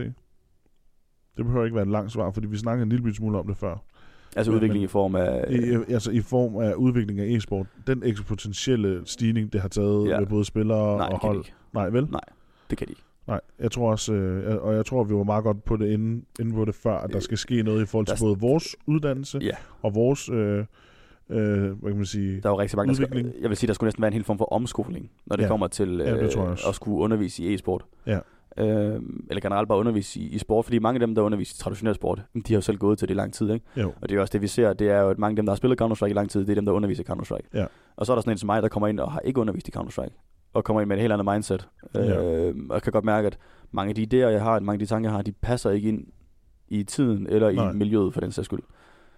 Det behøver ikke være en lang svar, fordi vi snakkede en lille smule om det før. Altså Men- udvikling i form af... I, altså i form af udvikling af e-sport. Den eksponentielle stigning, det har taget Ja. med både spillere Nej, og det kan de hold. ikke. Nej, vel? Nej, det kan de ikke. Nej, jeg tror også, øh, og jeg tror, vi var meget godt på det inden, inden på det før, at der skal ske noget i forhold til Der- både vores uddannelse Ja, og vores, øh, øh, hvad kan man sige, der er jo rigtig mange, der skal, Udvikling. jeg vil sige, der skulle næsten være en hel form for omskoling, når det Ja. kommer til Ja, det øh, tror jeg også. at skulle undervise i e-sport. Ja. Øh, eller generelt bare undervise i, i sport, fordi mange af dem, der underviser i traditionel sport, de har jo selv gået til det i lang tid, ikke? jo, Og det er også det, vi ser, det er jo, at mange af dem, der har spillet Counter-Strike i lang tid, det er dem, der underviser i Counter-Strike. Ja. Og så er der sådan en som mig, der kommer ind og har ikke undervist i Counter-Strike, og kommer ind med et helt andet mindset. Ja. Øh, og jeg kan godt mærke, at mange af de idéer, jeg har, mange af de tanker, jeg har, de passer ikke ind i tiden, eller Nej. i miljøet for den sags skyld.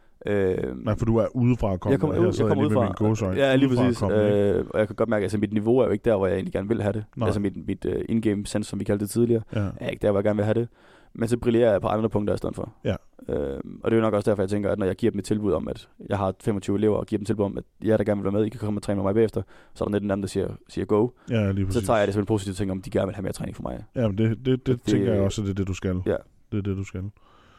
Øh, nej, for du er udefra kommet. jeg kommer Her ud, sidder jeg kommer lige ud med fra. mine gåseøjne. Ja, lige Udefra præcis. kommet, ikke? Øh, og jeg kan godt mærke, at altså, mit niveau er jo ikke der, hvor jeg egentlig gerne vil have det. Nej. Altså mit, mit uh, in-game sense, som vi kaldte det tidligere, Ja. er ikke der, hvor jeg gerne vil have det. Men så brillerer jeg på andre punkter i stedet for. Ja. Øh, og det er jo nok også derfor, jeg tænker, at når jeg giver dem et tilbud om, at jeg har femogtyve elever, og giver dem et tilbud om, at jeg der gerne vil være med, I kan komme og træne med mig bagefter, så er der net en anden, der siger, siger go. Ja, lige præcis. Så tager jeg det som en positiv ting, om de gerne vil have mere træning for mig. Ja, men det, det, det, det Det- tænker jeg også, at det er det, du skal. Ja. Det er det, du skal.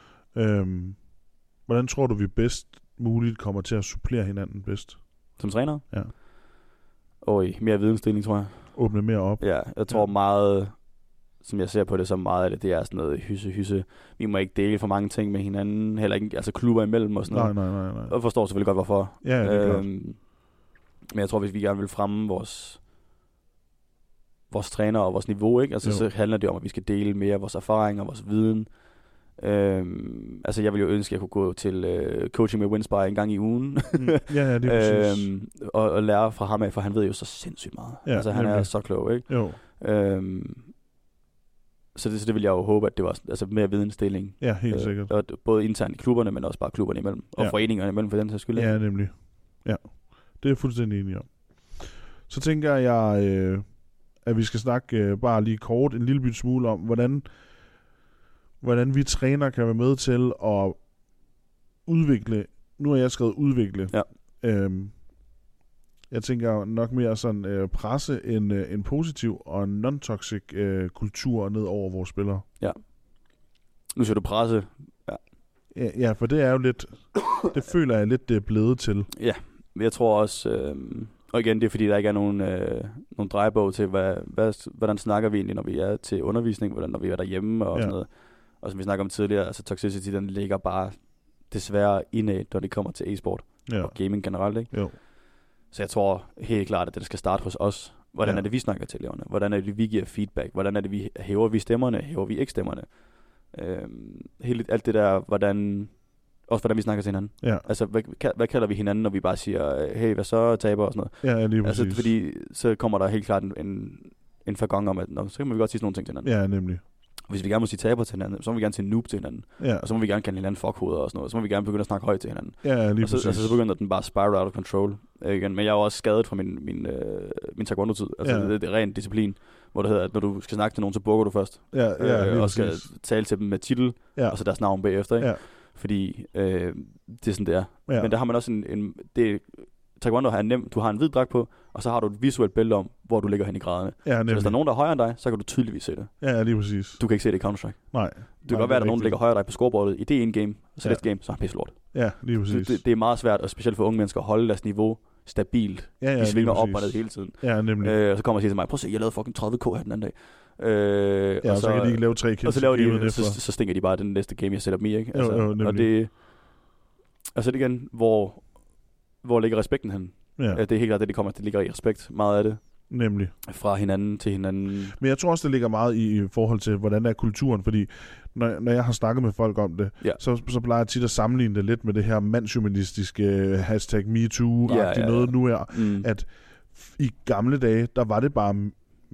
Øhm, hvordan tror du, vi bedst muligt kommer til at supplere hinanden bedst? Som træner? Ja. Og i mere vidensdeling, tror jeg. Åbne mere op? Ja, jeg tror Ja. meget, som jeg ser på det, så meget af det, det er sådan noget hysse, hysse. Vi må ikke dele for mange ting med hinanden, heller ikke, altså klubber imellem og sådan Nej, noget. nej, nej, nej. Og forstår selvfølgelig godt, hvorfor. Ja, det er klart. Øhm, men jeg tror, hvis vi gerne vil fremme vores vores træner og vores niveau, ikke? Altså, Jo. så handler det om, at vi skal dele mere af vores erfaringer, vores viden. Øhm, altså, jeg ville jo ønske, at jeg kunne gå til øh, coaching med Winspire en gang i ugen. Mm, ja, ja, det er præcis. øhm, og, og lære fra ham af, for han ved jo så sindssygt meget. Ja, altså, han er nemlig. så klog, ikke? Jo, Øhm, så, det, så det vil jeg jo håbe, at det var altså, mere vidensdeling. ja, helt sikkert. Og d- både internt i klubberne, men også bare klubberne imellem. Og Ja. foreningerne imellem, for den sags skyld. ikke? Ja, nemlig. Ja, det er jeg fuldstændig enig om. Så tænker jeg, øh, at vi skal snakke øh, bare lige kort en lille bit smule om, hvordan, hvordan vi træner kan være med til at udvikle. Nu har jeg skrevet udvikle. Ja. Øhm, jeg tænker nok mere sådan øh, presse en, øh, en positiv og non-toxic øh, kultur ned over vores spillere. Nu ser du presse. Ja, ja, for det er jo lidt, det føler jeg lidt, det er blevet til. Ja, men jeg tror også, øh, og igen, det er fordi, der ikke er nogen, øh, nogen drejebog til, hvad, hvad, hvordan snakker vi egentlig, når vi er til undervisning, hvordan når vi er derhjemme og Ja. sådan noget. Og som vi snakker om tidligere, altså toxicity, den ligger bare desværre indad, når det kommer til e-sport Ja, og gaming generelt, ikke? jo. Så jeg tror helt klart, at det skal starte hos os. Hvordan Ja. er det, vi snakker til eleverne? Hvordan er det, vi giver feedback? Hvordan er det, vi hæver vi stemmerne? Hæver vi ikke stemmerne? Øhm, hele, alt det der, hvordan... Også hvordan vi snakker til hinanden. Ja, Altså, hvad, ka- hvad kalder vi hinanden, når vi bare siger, hey, hvad så, taber og sådan noget? ja, lige præcis. Altså, fordi så kommer der helt klart en, en, en forgang om, at nå, så kan vi godt sige sådan nogle ting til hinanden. Ja, nemlig. Hvis vi gerne må sige taber til hinanden, så må vi gerne sige noob til hinanden. Ja, Og så må vi gerne kalde hinanden fuckhoveder og sådan noget. Så må vi gerne begynde at snakke højt til hinanden. ja lige Og så, præcis. altså, så begynder den bare at spiral out of control øh, igen. Men jeg er jo også skadet fra min, min, øh, min taekwondo-tid. Altså, Ja. det, det er ren disciplin, hvor det hedder, at når du skal snakke til nogen, så bukker du først. Ja, ja, øh, lige og skal præcis. tale til dem med titel, Ja. og så deres navn bagefter. Ikke? Ja. Fordi øh, det er sådan, det er. Ja. Men der har man også en... en det, taekwondo er nemt. Du har en hvid dragt på, og så har du et visuelt bælte om, hvor du ligger hen i graderne. Ja, Så hvis der er nemlig. nogen, der er højere end dig, så kan du tydeligvis se det. Ja, lige præcis. Du kan ikke se det i Counter-Strike. Nej. Det kan godt være, at der er nogen, der ligger højere dig på scoreboardet i det ene game, og så ja. næste game, så er han pisse lort. Ja, lige præcis. Det, det, det er meget svært, og specielt for unge mennesker, at holde deres niveau stabilt. Ja, ja, de svinger op og ned hele tiden. Ja, nemlig. Øh, og så kommer og siger til mig, prøv at se, jeg lavede fucking tredive k her den anden dag. Øh, ja, og så, så kan de ikke lave tre kills. Og så, laver de, så, så stinker de bare den næste game, jeg sætter dem i, ikke? Altså, jo, jo, og det... Altså det igen, hvor, hvor ligger respekten hen? Ja. Det er helt klart, det, det kommer, det ligger i respekt, meget af det. Nemlig. Fra hinanden til hinanden. Men jeg tror også, det ligger meget i, i forhold til, hvordan er kulturen, fordi når, når jeg har snakket med folk om det, ja. så, så plejer jeg tit at sammenligne det lidt med det her mandshumanistiske hashtag MeToo-agtige ja, ja, ja. noget nu er, mm. at i gamle dage, der var det bare...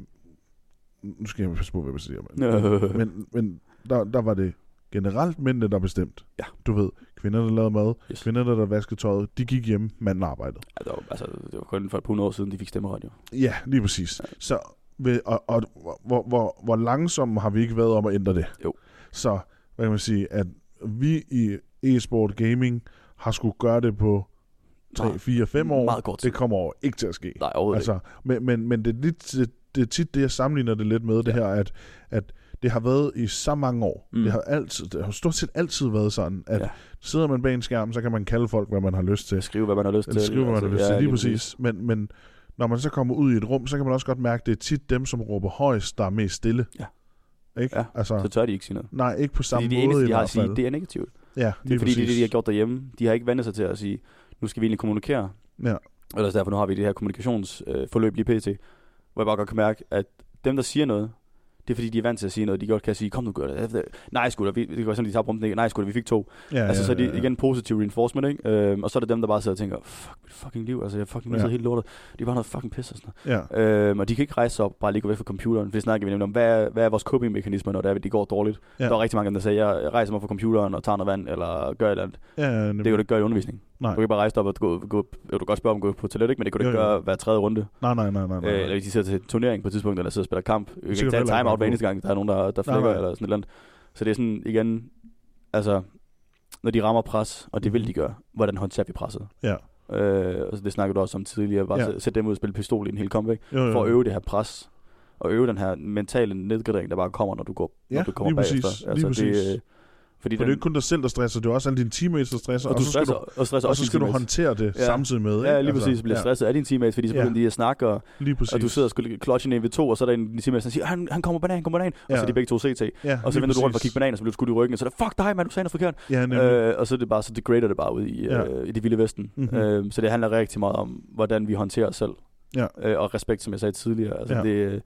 Nu skal jeg passe på, hvad jeg siger, men, men, men der, der var det generelt mændene, der bestemt. Ja. Du ved, kvinder, der lavede mad, yes. kvinder, der vaskede tøjet, de gik hjem, manden arbejdede. Ja, det var, altså, det var kun for et par hundrede år siden, de fik stemmeret, jo. Ja, lige præcis. Ja. Så, ved, og, og hvor, hvor, hvor langsomme har vi ikke været om at ændre det? Jo. Så, hvad kan man sige, at vi i e-sport gaming har skulle gøre det på tre, fire, fem år. Meget kort. Det kommer over ikke til at ske. Nej, overhovedet altså, ikke. Men, men, men det, er lidt, det, det er tit det, jeg sammenligner det lidt med, ja. det her, at, at det har været i så mange år. Mm. Det har altid, det har stort set altid været sådan, at ja. sidder man bag en skærm, så kan man kalde folk, hvad man har lyst til. Skrive, hvad man har lyst til. Skrive, hvad man altså, har lyst ja, til, lige præcis. Men, men når man så kommer ud i et rum, så kan man også godt mærke, at det er tit dem, som råber højst, der er mest stille. Ja. Ikke? Ja, altså, så tør de ikke sige noget. Nej, ikke på samme fordi måde eneste, i de har hvert fald. Sige, det er negativt. Ja, det er fordi, det er det, de har gjort derhjemme. De har ikke vendt sig til at sige, nu skal vi egentlig kommunikere. Ja. Og det er derfor, nu har vi det her kommunikationsforløb øh, lige pt. Hvor jeg bare godt kan mærke, at dem, der siger noget, det er fordi, de er vant til at sige noget. De godt kan sige, kom nu, gør det. Nej, sgu da. Vi, det går sådan, de tager rumpen. Nej, sgu da, vi fik to. Ja, altså, ja, så er det ja, ja. igen positiv reinforcement, ikke? Øhm, og så er det dem, der bare sidder og tænker, fuck mit fucking liv. Altså, jeg fucking misser ja. helt lortet. Det er bare noget fucking pis og sådan noget. Ja. Øhm, og de kan ikke rejse sig op, bare lige gå væk fra computeren. For det snakker vi nemlig om, hvad er, hvad er vores coping-mekanismer, når det er, det går dårligt. Ja. Der er rigtig mange af dem, der siger, jeg rejser mig fra computeren og tager noget vand, eller gør et eller andet. Ja, ja, det kan du ikke gøre i undervisning. Nej. Du kan ikke bare rejse dig op og gå, gå, du kan godt spørge om at gå på toilet, ikke? Men det kan du ikke jo, jo. gøre hver tredje runde. Nej, nej, nej, nej. nej. Øh, eller hvis de sidder til turnering på et tidspunkt, eller sidder og spiller kamp. Du kan ikke tage en timeout hver eneste gang, der er nogen, der, der flækker eller sådan et eller andet. Så det er sådan, igen, altså, når de rammer pres, og det vil de gøre, hvordan håndterer vi presset? Ja. Øh, altså det snakkede du også om tidligere, bare ja. sætte dem ud og spille pistol i en hel comeback, jo, jo. for at øve det her pres, og øve den her mentale nedgradering, der bare kommer, når du går, ja, når du kommer bagefter. Altså, lige præcis. Det, Fordi for den, det er ikke kun dig selv, der stresser, det er også alle dine teammates, der stresser, og, og, du så stresser, skal du, og, stresser og så skal du håndtere det ja. samtidig med. Ja, lige altså, præcis, bliver ja. stresset af dine teammates, fordi så begynder ja. de at snakke, og, og du sidder og skulle clutche en V to, og så er der en af dine teammates, der siger, han, han kommer banan, han kommer banan, ja. og så er de begge to C T, ja, og så vender du rundt og kigger banan, og så bliver du skudt i ryggen, og så er det, fuck dig, man, du sagde noget forkert. Ja, øh, og så er det bare, så degrader det bare ud i, ja. øh, i det vilde vesten. Mm-hmm. Øh, så det handler rigtig meget om, hvordan vi håndterer os selv, ja. øh, og respekt, som jeg sagde tidligere. Altså ja. det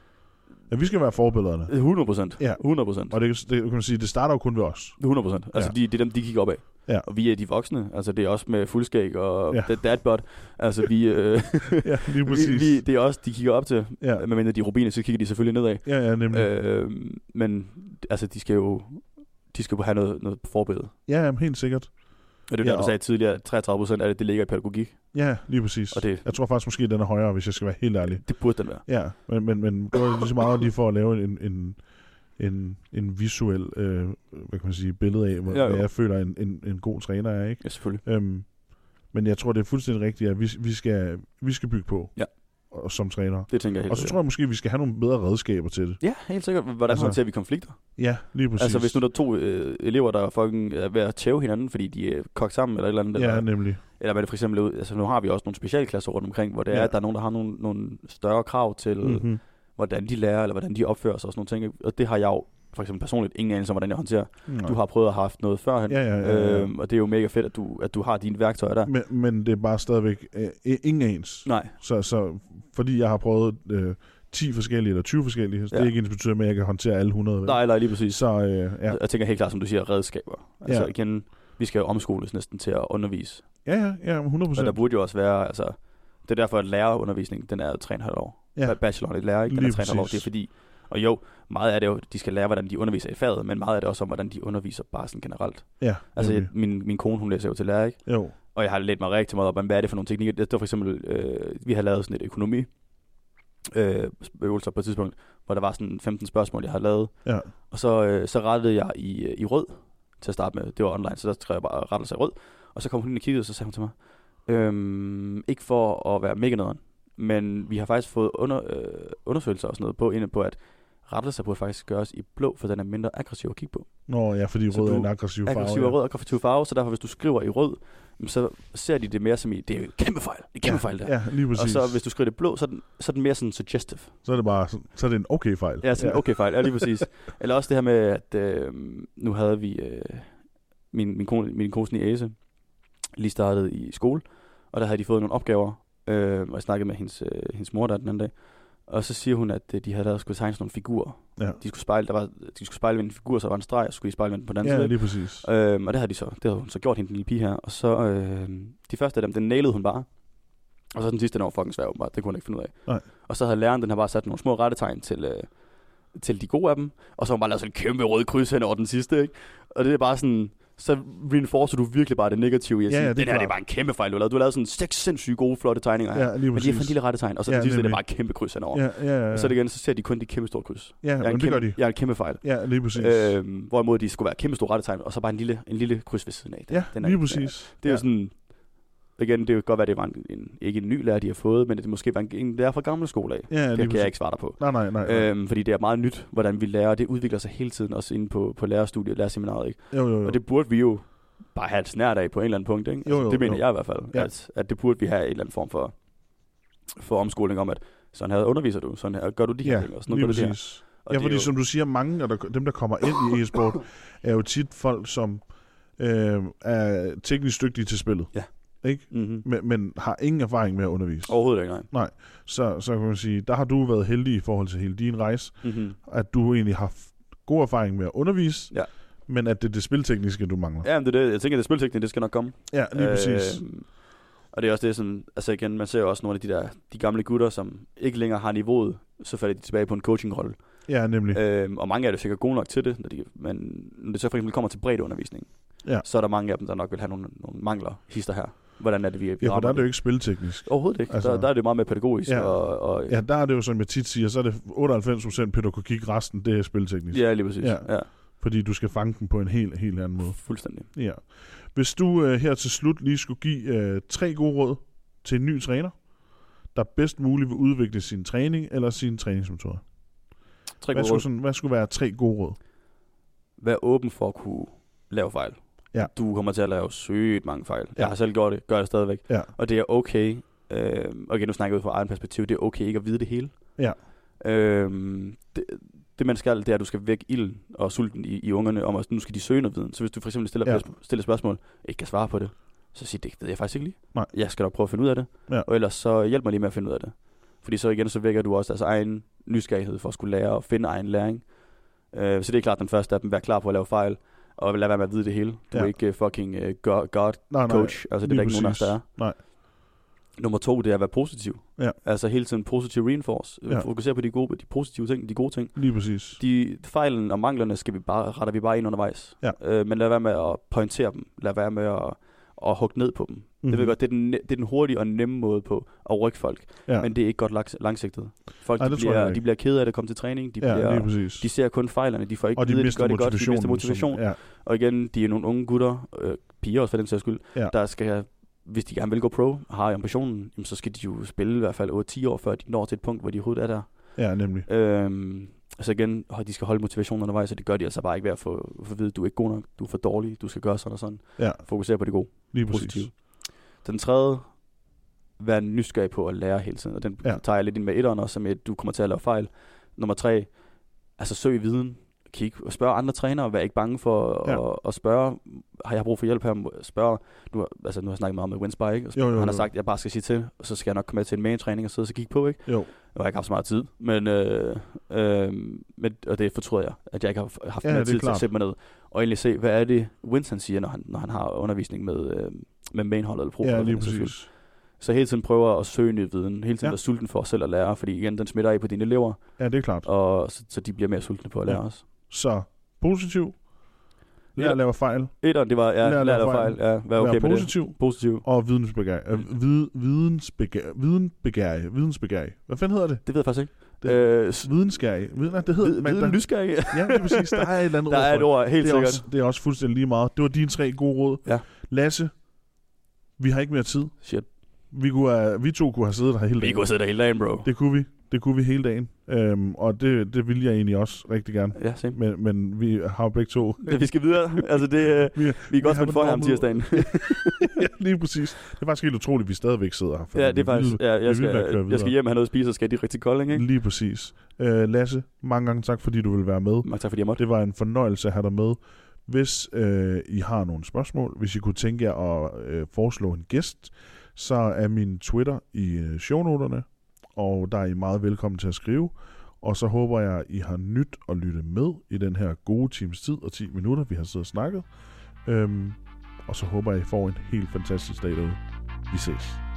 Ja, vi skal være forbillederne. hundrede procent. Ja. hundrede procent. Og det, det, kan man sige, det starter jo kun ved os. hundrede procent. Altså, ja. de, det er dem, de kigger op af. Ja. Og vi er de voksne. Altså, det er også med fuldskæg og ja. dadbot. Altså, vi... Øh, ja, lige præcis. vi, vi, det er også, de kigger op til. Ja. Medmindre de er rubiner, så kigger de selvfølgelig nedad. Ja, ja, nemlig. Øh, men, altså, de skal jo... De skal jo have noget, noget forbillede. Ja, jamen, helt sikkert. Og det er ja, der, du sagde tidligere, at treogtredive procent af det, det ligger i pædagogik. Ja, lige præcis. Og det, jeg tror faktisk måske, den er højere, hvis jeg skal være helt ærlig. Det burde den være. Ja, men, men, men det var lige så meget lige for at lave en, en, en, en visuel øh, hvad kan man sige, billede af, hvor ja, jeg føler, en, en, en god træner er. Ikke? Ja, selvfølgelig. Øhm, men jeg tror, det er fuldstændig rigtigt, at vi, vi, skal, vi skal bygge på. Ja. Og, som træner. Det tænker jeg helt Og så tror jeg måske, vi skal have nogle bedre redskaber til det. Ja, helt sikkert. Hvordan altså, håndterer vi konflikter? Ja, lige præcis. Altså hvis nu der er to øh, elever, der fucking er ved at tæve hinanden, fordi de er kogt sammen eller et eller andet. Ja, eller, nemlig. Eller hvad det for eksempel, altså nu har vi også nogle specialklasser rundt omkring, hvor det ja. er, at der er nogen, der har nogle, nogle større krav til, mm-hmm. hvordan de lærer, eller hvordan de opfører sig og sådan nogle ting. Og det har jeg jo for eksempel personligt ingen anelse om, hvordan jeg håndterer. Nej. Du har prøvet at have haft noget førhen, ja, ja, ja, ja. Øhm, og det er jo mega fedt, at du, at du har dine værktøjer der. Men, men det er bare stadigvæk øh, ingen ens. Nej. Så, så fordi jeg har prøvet øh, ti forskellige eller tyve forskellige, så ja. det er ikke ens betyder med, at jeg kan håndtere alle hundrede. Nej, nej, lige præcis. Så, øh, ja. Jeg tænker helt klart, som du siger, redskaber. Altså ja. igen, vi skal jo omskoles næsten til at undervise. Ja, ja, ja, hundrede procent. Og der burde jo også være, altså, det er derfor, at lærerundervisning, den er jo tre komma fem år. Ja. Bacheloren i lærer, ikke? Den er tre komma fem år. Det er fordi, og jo, meget af det jo, de skal lære, hvordan de underviser i faget, men meget af det også om, hvordan de underviser bare sådan generelt. Ja. Altså, jeg, min, min kone, hun læser jo til lærer, ikke? Jo. Og jeg har lært mig rigtig meget op, hvad er det for nogle teknikker. Det var for eksempel, øh, vi har lavet sådan et økonomi, øh, øvelser på et tidspunkt, hvor der var sådan femten spørgsmål, jeg havde lavet. Ja. Og så, øh, så rettede jeg i, i rød til at starte med. Det var online, så der skrev jeg bare rettelse i rød. Og så kom hun ind og kiggede, og så sagde hun til mig, øhm, ikke for at være mega nederen, men vi har faktisk fået under, øh, undersøgelser og sådan noget på, inde på, at rettelse burde faktisk gøres i blå, for den er mindre aggressiv at kigge på. Nå ja, fordi Så rød er du- en aggressiv farve. Aggressiv ja. og rød aggressiv farve, så derfor hvis du skriver i rød, jamen, så ser de det mere som i, det er jo en kæmpe fejl, det er en kæmpe ja, fejl der. Ja, lige præcis. Og så hvis du skriver det blå, så er den, så er den mere sådan suggestive. Så er det bare, sådan- så er det en okay fejl. Ja, sådan ja. okay fejl, ja lige præcis. Eller også det her med, at øh, nu havde vi, øh, min, min, kone, min kone niece lige startet i skole, og der havde de fået nogle opgaver, øh, og jeg snakkede med hendes, øh, hendes mor der den anden dag, og så siger hun, at øh, de havde lavet skulle tegne sådan nogle figurer. Ja. De skulle spejle, der var, de skulle spejle en figur, så der var en streg, og så skulle de spejle den på den anden Ja, side. lige præcis. Øhm, og det havde de så, det havde hun så gjort, hende den lille pige her. Og så, øh, de første af dem, den nailede hun bare. Og så den sidste, den var fucking svær, åbenbart. Det kunne hun ikke finde ud af. Nej. Og så havde læreren, den har bare sat nogle små rettetegn til, øh, til de gode af dem. Og så har hun bare lavet sådan en kæmpe rød kryds hen over den sidste, ikke? Og det er bare sådan, så reinforcer du virkelig bare det negative i at Ja, sige, ja, det er den her, det er klart. bare en kæmpe fejl, du har lavet. Du har lavet sådan seks sindssygt gode, flotte tegninger her. Ja, lige Men de har fået en præcis. lille rettetegn, og så Ja, den sidste, det er nemlig. bare et kæmpe kryds henover. Ja, ja, ja. Og så er det igen, så ser de kun de kæmpe store kryds. Ja, Jeg er en men det kæmpe, gør de. Jeg er en kæmpe fejl. Ja, lige præcis. Øhm, hvorimod de skulle være kæmpe store rettetegn, og så bare en lille, en lille kryds ved siden af. Ja, den er, lige præcis. Det er jo ja. sådan, igen, det kan godt være, det var en, en, ikke en ny lærer, de har fået, men det måske var en, en lærer fra gamle skole af. Ja, Det lige kan jeg præcis. ikke svare dig på. Nej, nej, nej. nej. Øhm, fordi det er meget nyt, hvordan vi lærer, og det udvikler sig hele tiden, også inde på, på lærerstudiet, lærerseminaret, ikke? Jo, jo, jo. Og det burde vi jo bare have et snært af på en eller anden punkt, ikke? Jo, jo, altså, det mener jo. jeg i hvert fald, Ja. at, at det burde vi have en eller anden form for, for omskoling om, at sådan her underviser du, sådan her gør du de her Ja, ting, og sådan lige gør du det her. præcis. Og Ja, det er fordi jo- som du siger, mange af der, dem, der kommer ind i e-sport, er jo tit folk, som øh, er teknisk dygtige til spillet. Ja. Ikke? Mm-hmm. Men, men har ingen erfaring med at undervise. Overhovedet ikke, nej. Så, så kan man sige, der har du været heldig i forhold til hele din rejse, Mm-hmm. at du egentlig har f- god erfaring med at undervise, Ja. men at det er det spiltekniske, du mangler. Ja, men det er det. Jeg tænker, at det spilteknik, det skal nok komme. Ja, lige præcis. Øhm, og det er også det, som, altså igen, man ser jo også nogle af de der, de gamle gutter, som ikke længere har niveauet, så falder de tilbage på en coachingrolle. Ja, nemlig. Øhm, og mange af dem er sikkert gode nok til det, når de, men når det så for eksempel kommer til breddeundervisning, Ja. så er der mange af dem, der nok vil have nogle, nogle mangler, hister her. Hvordan er det, vi, vi Ja, for rammer der er det jo ikke spilteknisk. Overhovedet ikke. Altså- Altså, der, der er det meget mere pædagogisk. Ja. Og, og, Ja, der er det jo, som jeg tit siger, så er det otteoghalvfems procent pædagogik, resten det er spilteknisk. ja, lige præcis. Ja. Ja. Ja, Fordi du skal fange den på en helt, helt anden måde. fuldstændig. Ja. Hvis du øh, her til slut lige skulle give øh, tre gode råd til en ny træner, der bedst muligt vil udvikle sin træning eller sin træningsmetode. Tre Hvad gode skulle, råd. sådan, hvad skulle være tre gode råd? Vær åben for at kunne lave fejl. Ja. Du kommer til at lave sygt mange fejl. Ja. Jeg har selv gjort det, gør det stadigvæk. Ja. Og det er okay. Øh, og igen, nu snakker jeg ud fra egen perspektiv. Det er okay ikke at vide det hele. Ja. Øh, det, det man skal, det er, at du skal vække ilden og sulten i, i ungerne om, at nu skal de søge noget viden. Så hvis du for eksempel stiller, Ja. ja. stiller spørgsmål, ikke kan svare på det, så sig, det ved jeg faktisk ikke lige. Nej. Jeg skal nok prøve at finde ud af det. Ja. Og ellers så hjælp mig lige med at finde ud af det. Fordi så igen, så vækker du også deres egen nysgerrighed for at skulle lære og finde egen læring. Øh, så det er klart den første af dem. Vær klar på at lave fejl, og lad være med at vide det hele. Du Ja. er ikke uh, fucking uh, god, god Nej, nej, coach. Altså det er der ikke nogen af os, der er. Nej. Nummer to, det er at være positiv. Ja. Altså hele tiden positiv reinforce. Ja. Ja. Fokusere på de gode, de positive ting, de gode ting. Lige præcis. De fejlen og manglerne skal vi bare, retter vi bare ind undervejs. Ja. Øh, men lad være med at pointere dem. Lad være med at, at hugge ned på dem. Mm-hmm. Det ved jeg godt, det er, den, det er den hurtige og nemme måde på at rykke folk. Ja. Men det er ikke godt langs- langsigtet. Folk Nej, de det tror jeg bliver, ikke. de bliver kede af det at komme til træning. De, Ja, bliver, lige præcis. de ser kun fejlerne. De får ikke og de vide, at de mister gør det godt. De mister motivationen. motivation. Som, ja. Og igen, de er nogle unge gutter, øh, piger også for den sags skyld, Ja. der skal, hvis de gerne vil gå pro og har ambitionen, jamen, så skal de jo spille i hvert fald otte til ti år, før de når til et punkt, hvor de overhovedet er der. ja, nemlig. Øhm, altså igen, de skal holde motivationen undervejs, og det gør de altså bare ikke ved at få, få at vide, at du er ikke god nok, du er for dårlig, du skal gøre sådan og sådan. Ja, Fokusere på det gode, lige præcis. positive. Den tredje, vær nysgerrig på at lære hele tiden, og den Ja. ja. tager jeg lidt ind med etteren også, som et, du kommer til at lave fejl. Nummer tre, altså søg viden, kig og spørg andre trænere, vær ikke bange for Ja. at, at spørge, har jeg brug for hjælp her, spørg, nu, altså nu har jeg snakket meget med Winspy, ikke? Og Jo, jo, han har jo. sagt, at jeg bare skal sige til, og så skal jeg nok komme med til en main-træning og sidde og så kigge på, ikke? Jo, Nu har jeg ikke haft så meget tid, men, øh, øh, men og det fortryder jeg, at jeg ikke har haft Ja, mere det er tid til klart. at sætte mig ned og egentlig se, hvad er det, Winston siger, når han, når han har undervisning med, øh, med mainholdet eller pro. ja, eller lige hvad det så præcis. Så hele tiden prøver at søge ny viden, hele tiden Ja. være sulten for selv at lære, fordi igen, den smitter af på dine elever, Ja, det er klart. og så, så de bliver mere sultne på at lære Ja. også. Så positiv. Lær Ja. at lave fejl. Etteren, det var, ja, Lær lær at at lave lave fejl. fejl, ja, vær okay Vær med positiv. det. Positiv. Og vidensbegær. Øh, vid, vidensbegær. Videnbegær. Vidensbegær. Hvad fanden hedder det? Det ved jeg faktisk ikke. Det- Øh, Vidensgærig. Viden, nej, det hedder... vid, man- viden der- nysgerrig. Ja, det er præcis. Der er et eller andet Der er et for ord, helt det. Er sikkert. også, det er også fuldstændig lige meget. Det var dine tre gode råd. Ja. Lasse, vi har ikke mere tid. Shit. Vi, kunne have, vi to kunne have siddet her hele Vi dagen. kunne sidde der hele dagen, bro. Det kunne vi. Det kunne vi hele dagen, øhm, og det, det vil jeg egentlig også rigtig gerne. Ja, same. Men, men vi har jo begge to... Ja, vi skal videre. Altså, det, øh, vi, vi, vi er godt spændt for her om tirsdagen. Ja, lige præcis. Det er faktisk helt utroligt, at vi stadigvæk sidder her. Ja, det er faktisk... Vil, ja, jeg, skal, jeg skal hjem og have noget at spise, og skal de rigtig kolding, ikke? Lige præcis. Uh, Lasse, mange gange tak, fordi du vil være med. Mange tak, fordi jeg måtte. Det var en fornøjelse at have dig med. Hvis øh, I har nogle spørgsmål, hvis I kunne tænke jer at øh, foreslå en gæst, så er min Twitter i øh, shownoterne, og der er I meget velkommen til at skrive. Og så håber jeg, at I har nyt at lytte med i den her gode times tid og ti minutter, vi har siddet og snakket. Øhm, og så håber jeg, at I får en helt fantastisk dag derude. Vi ses.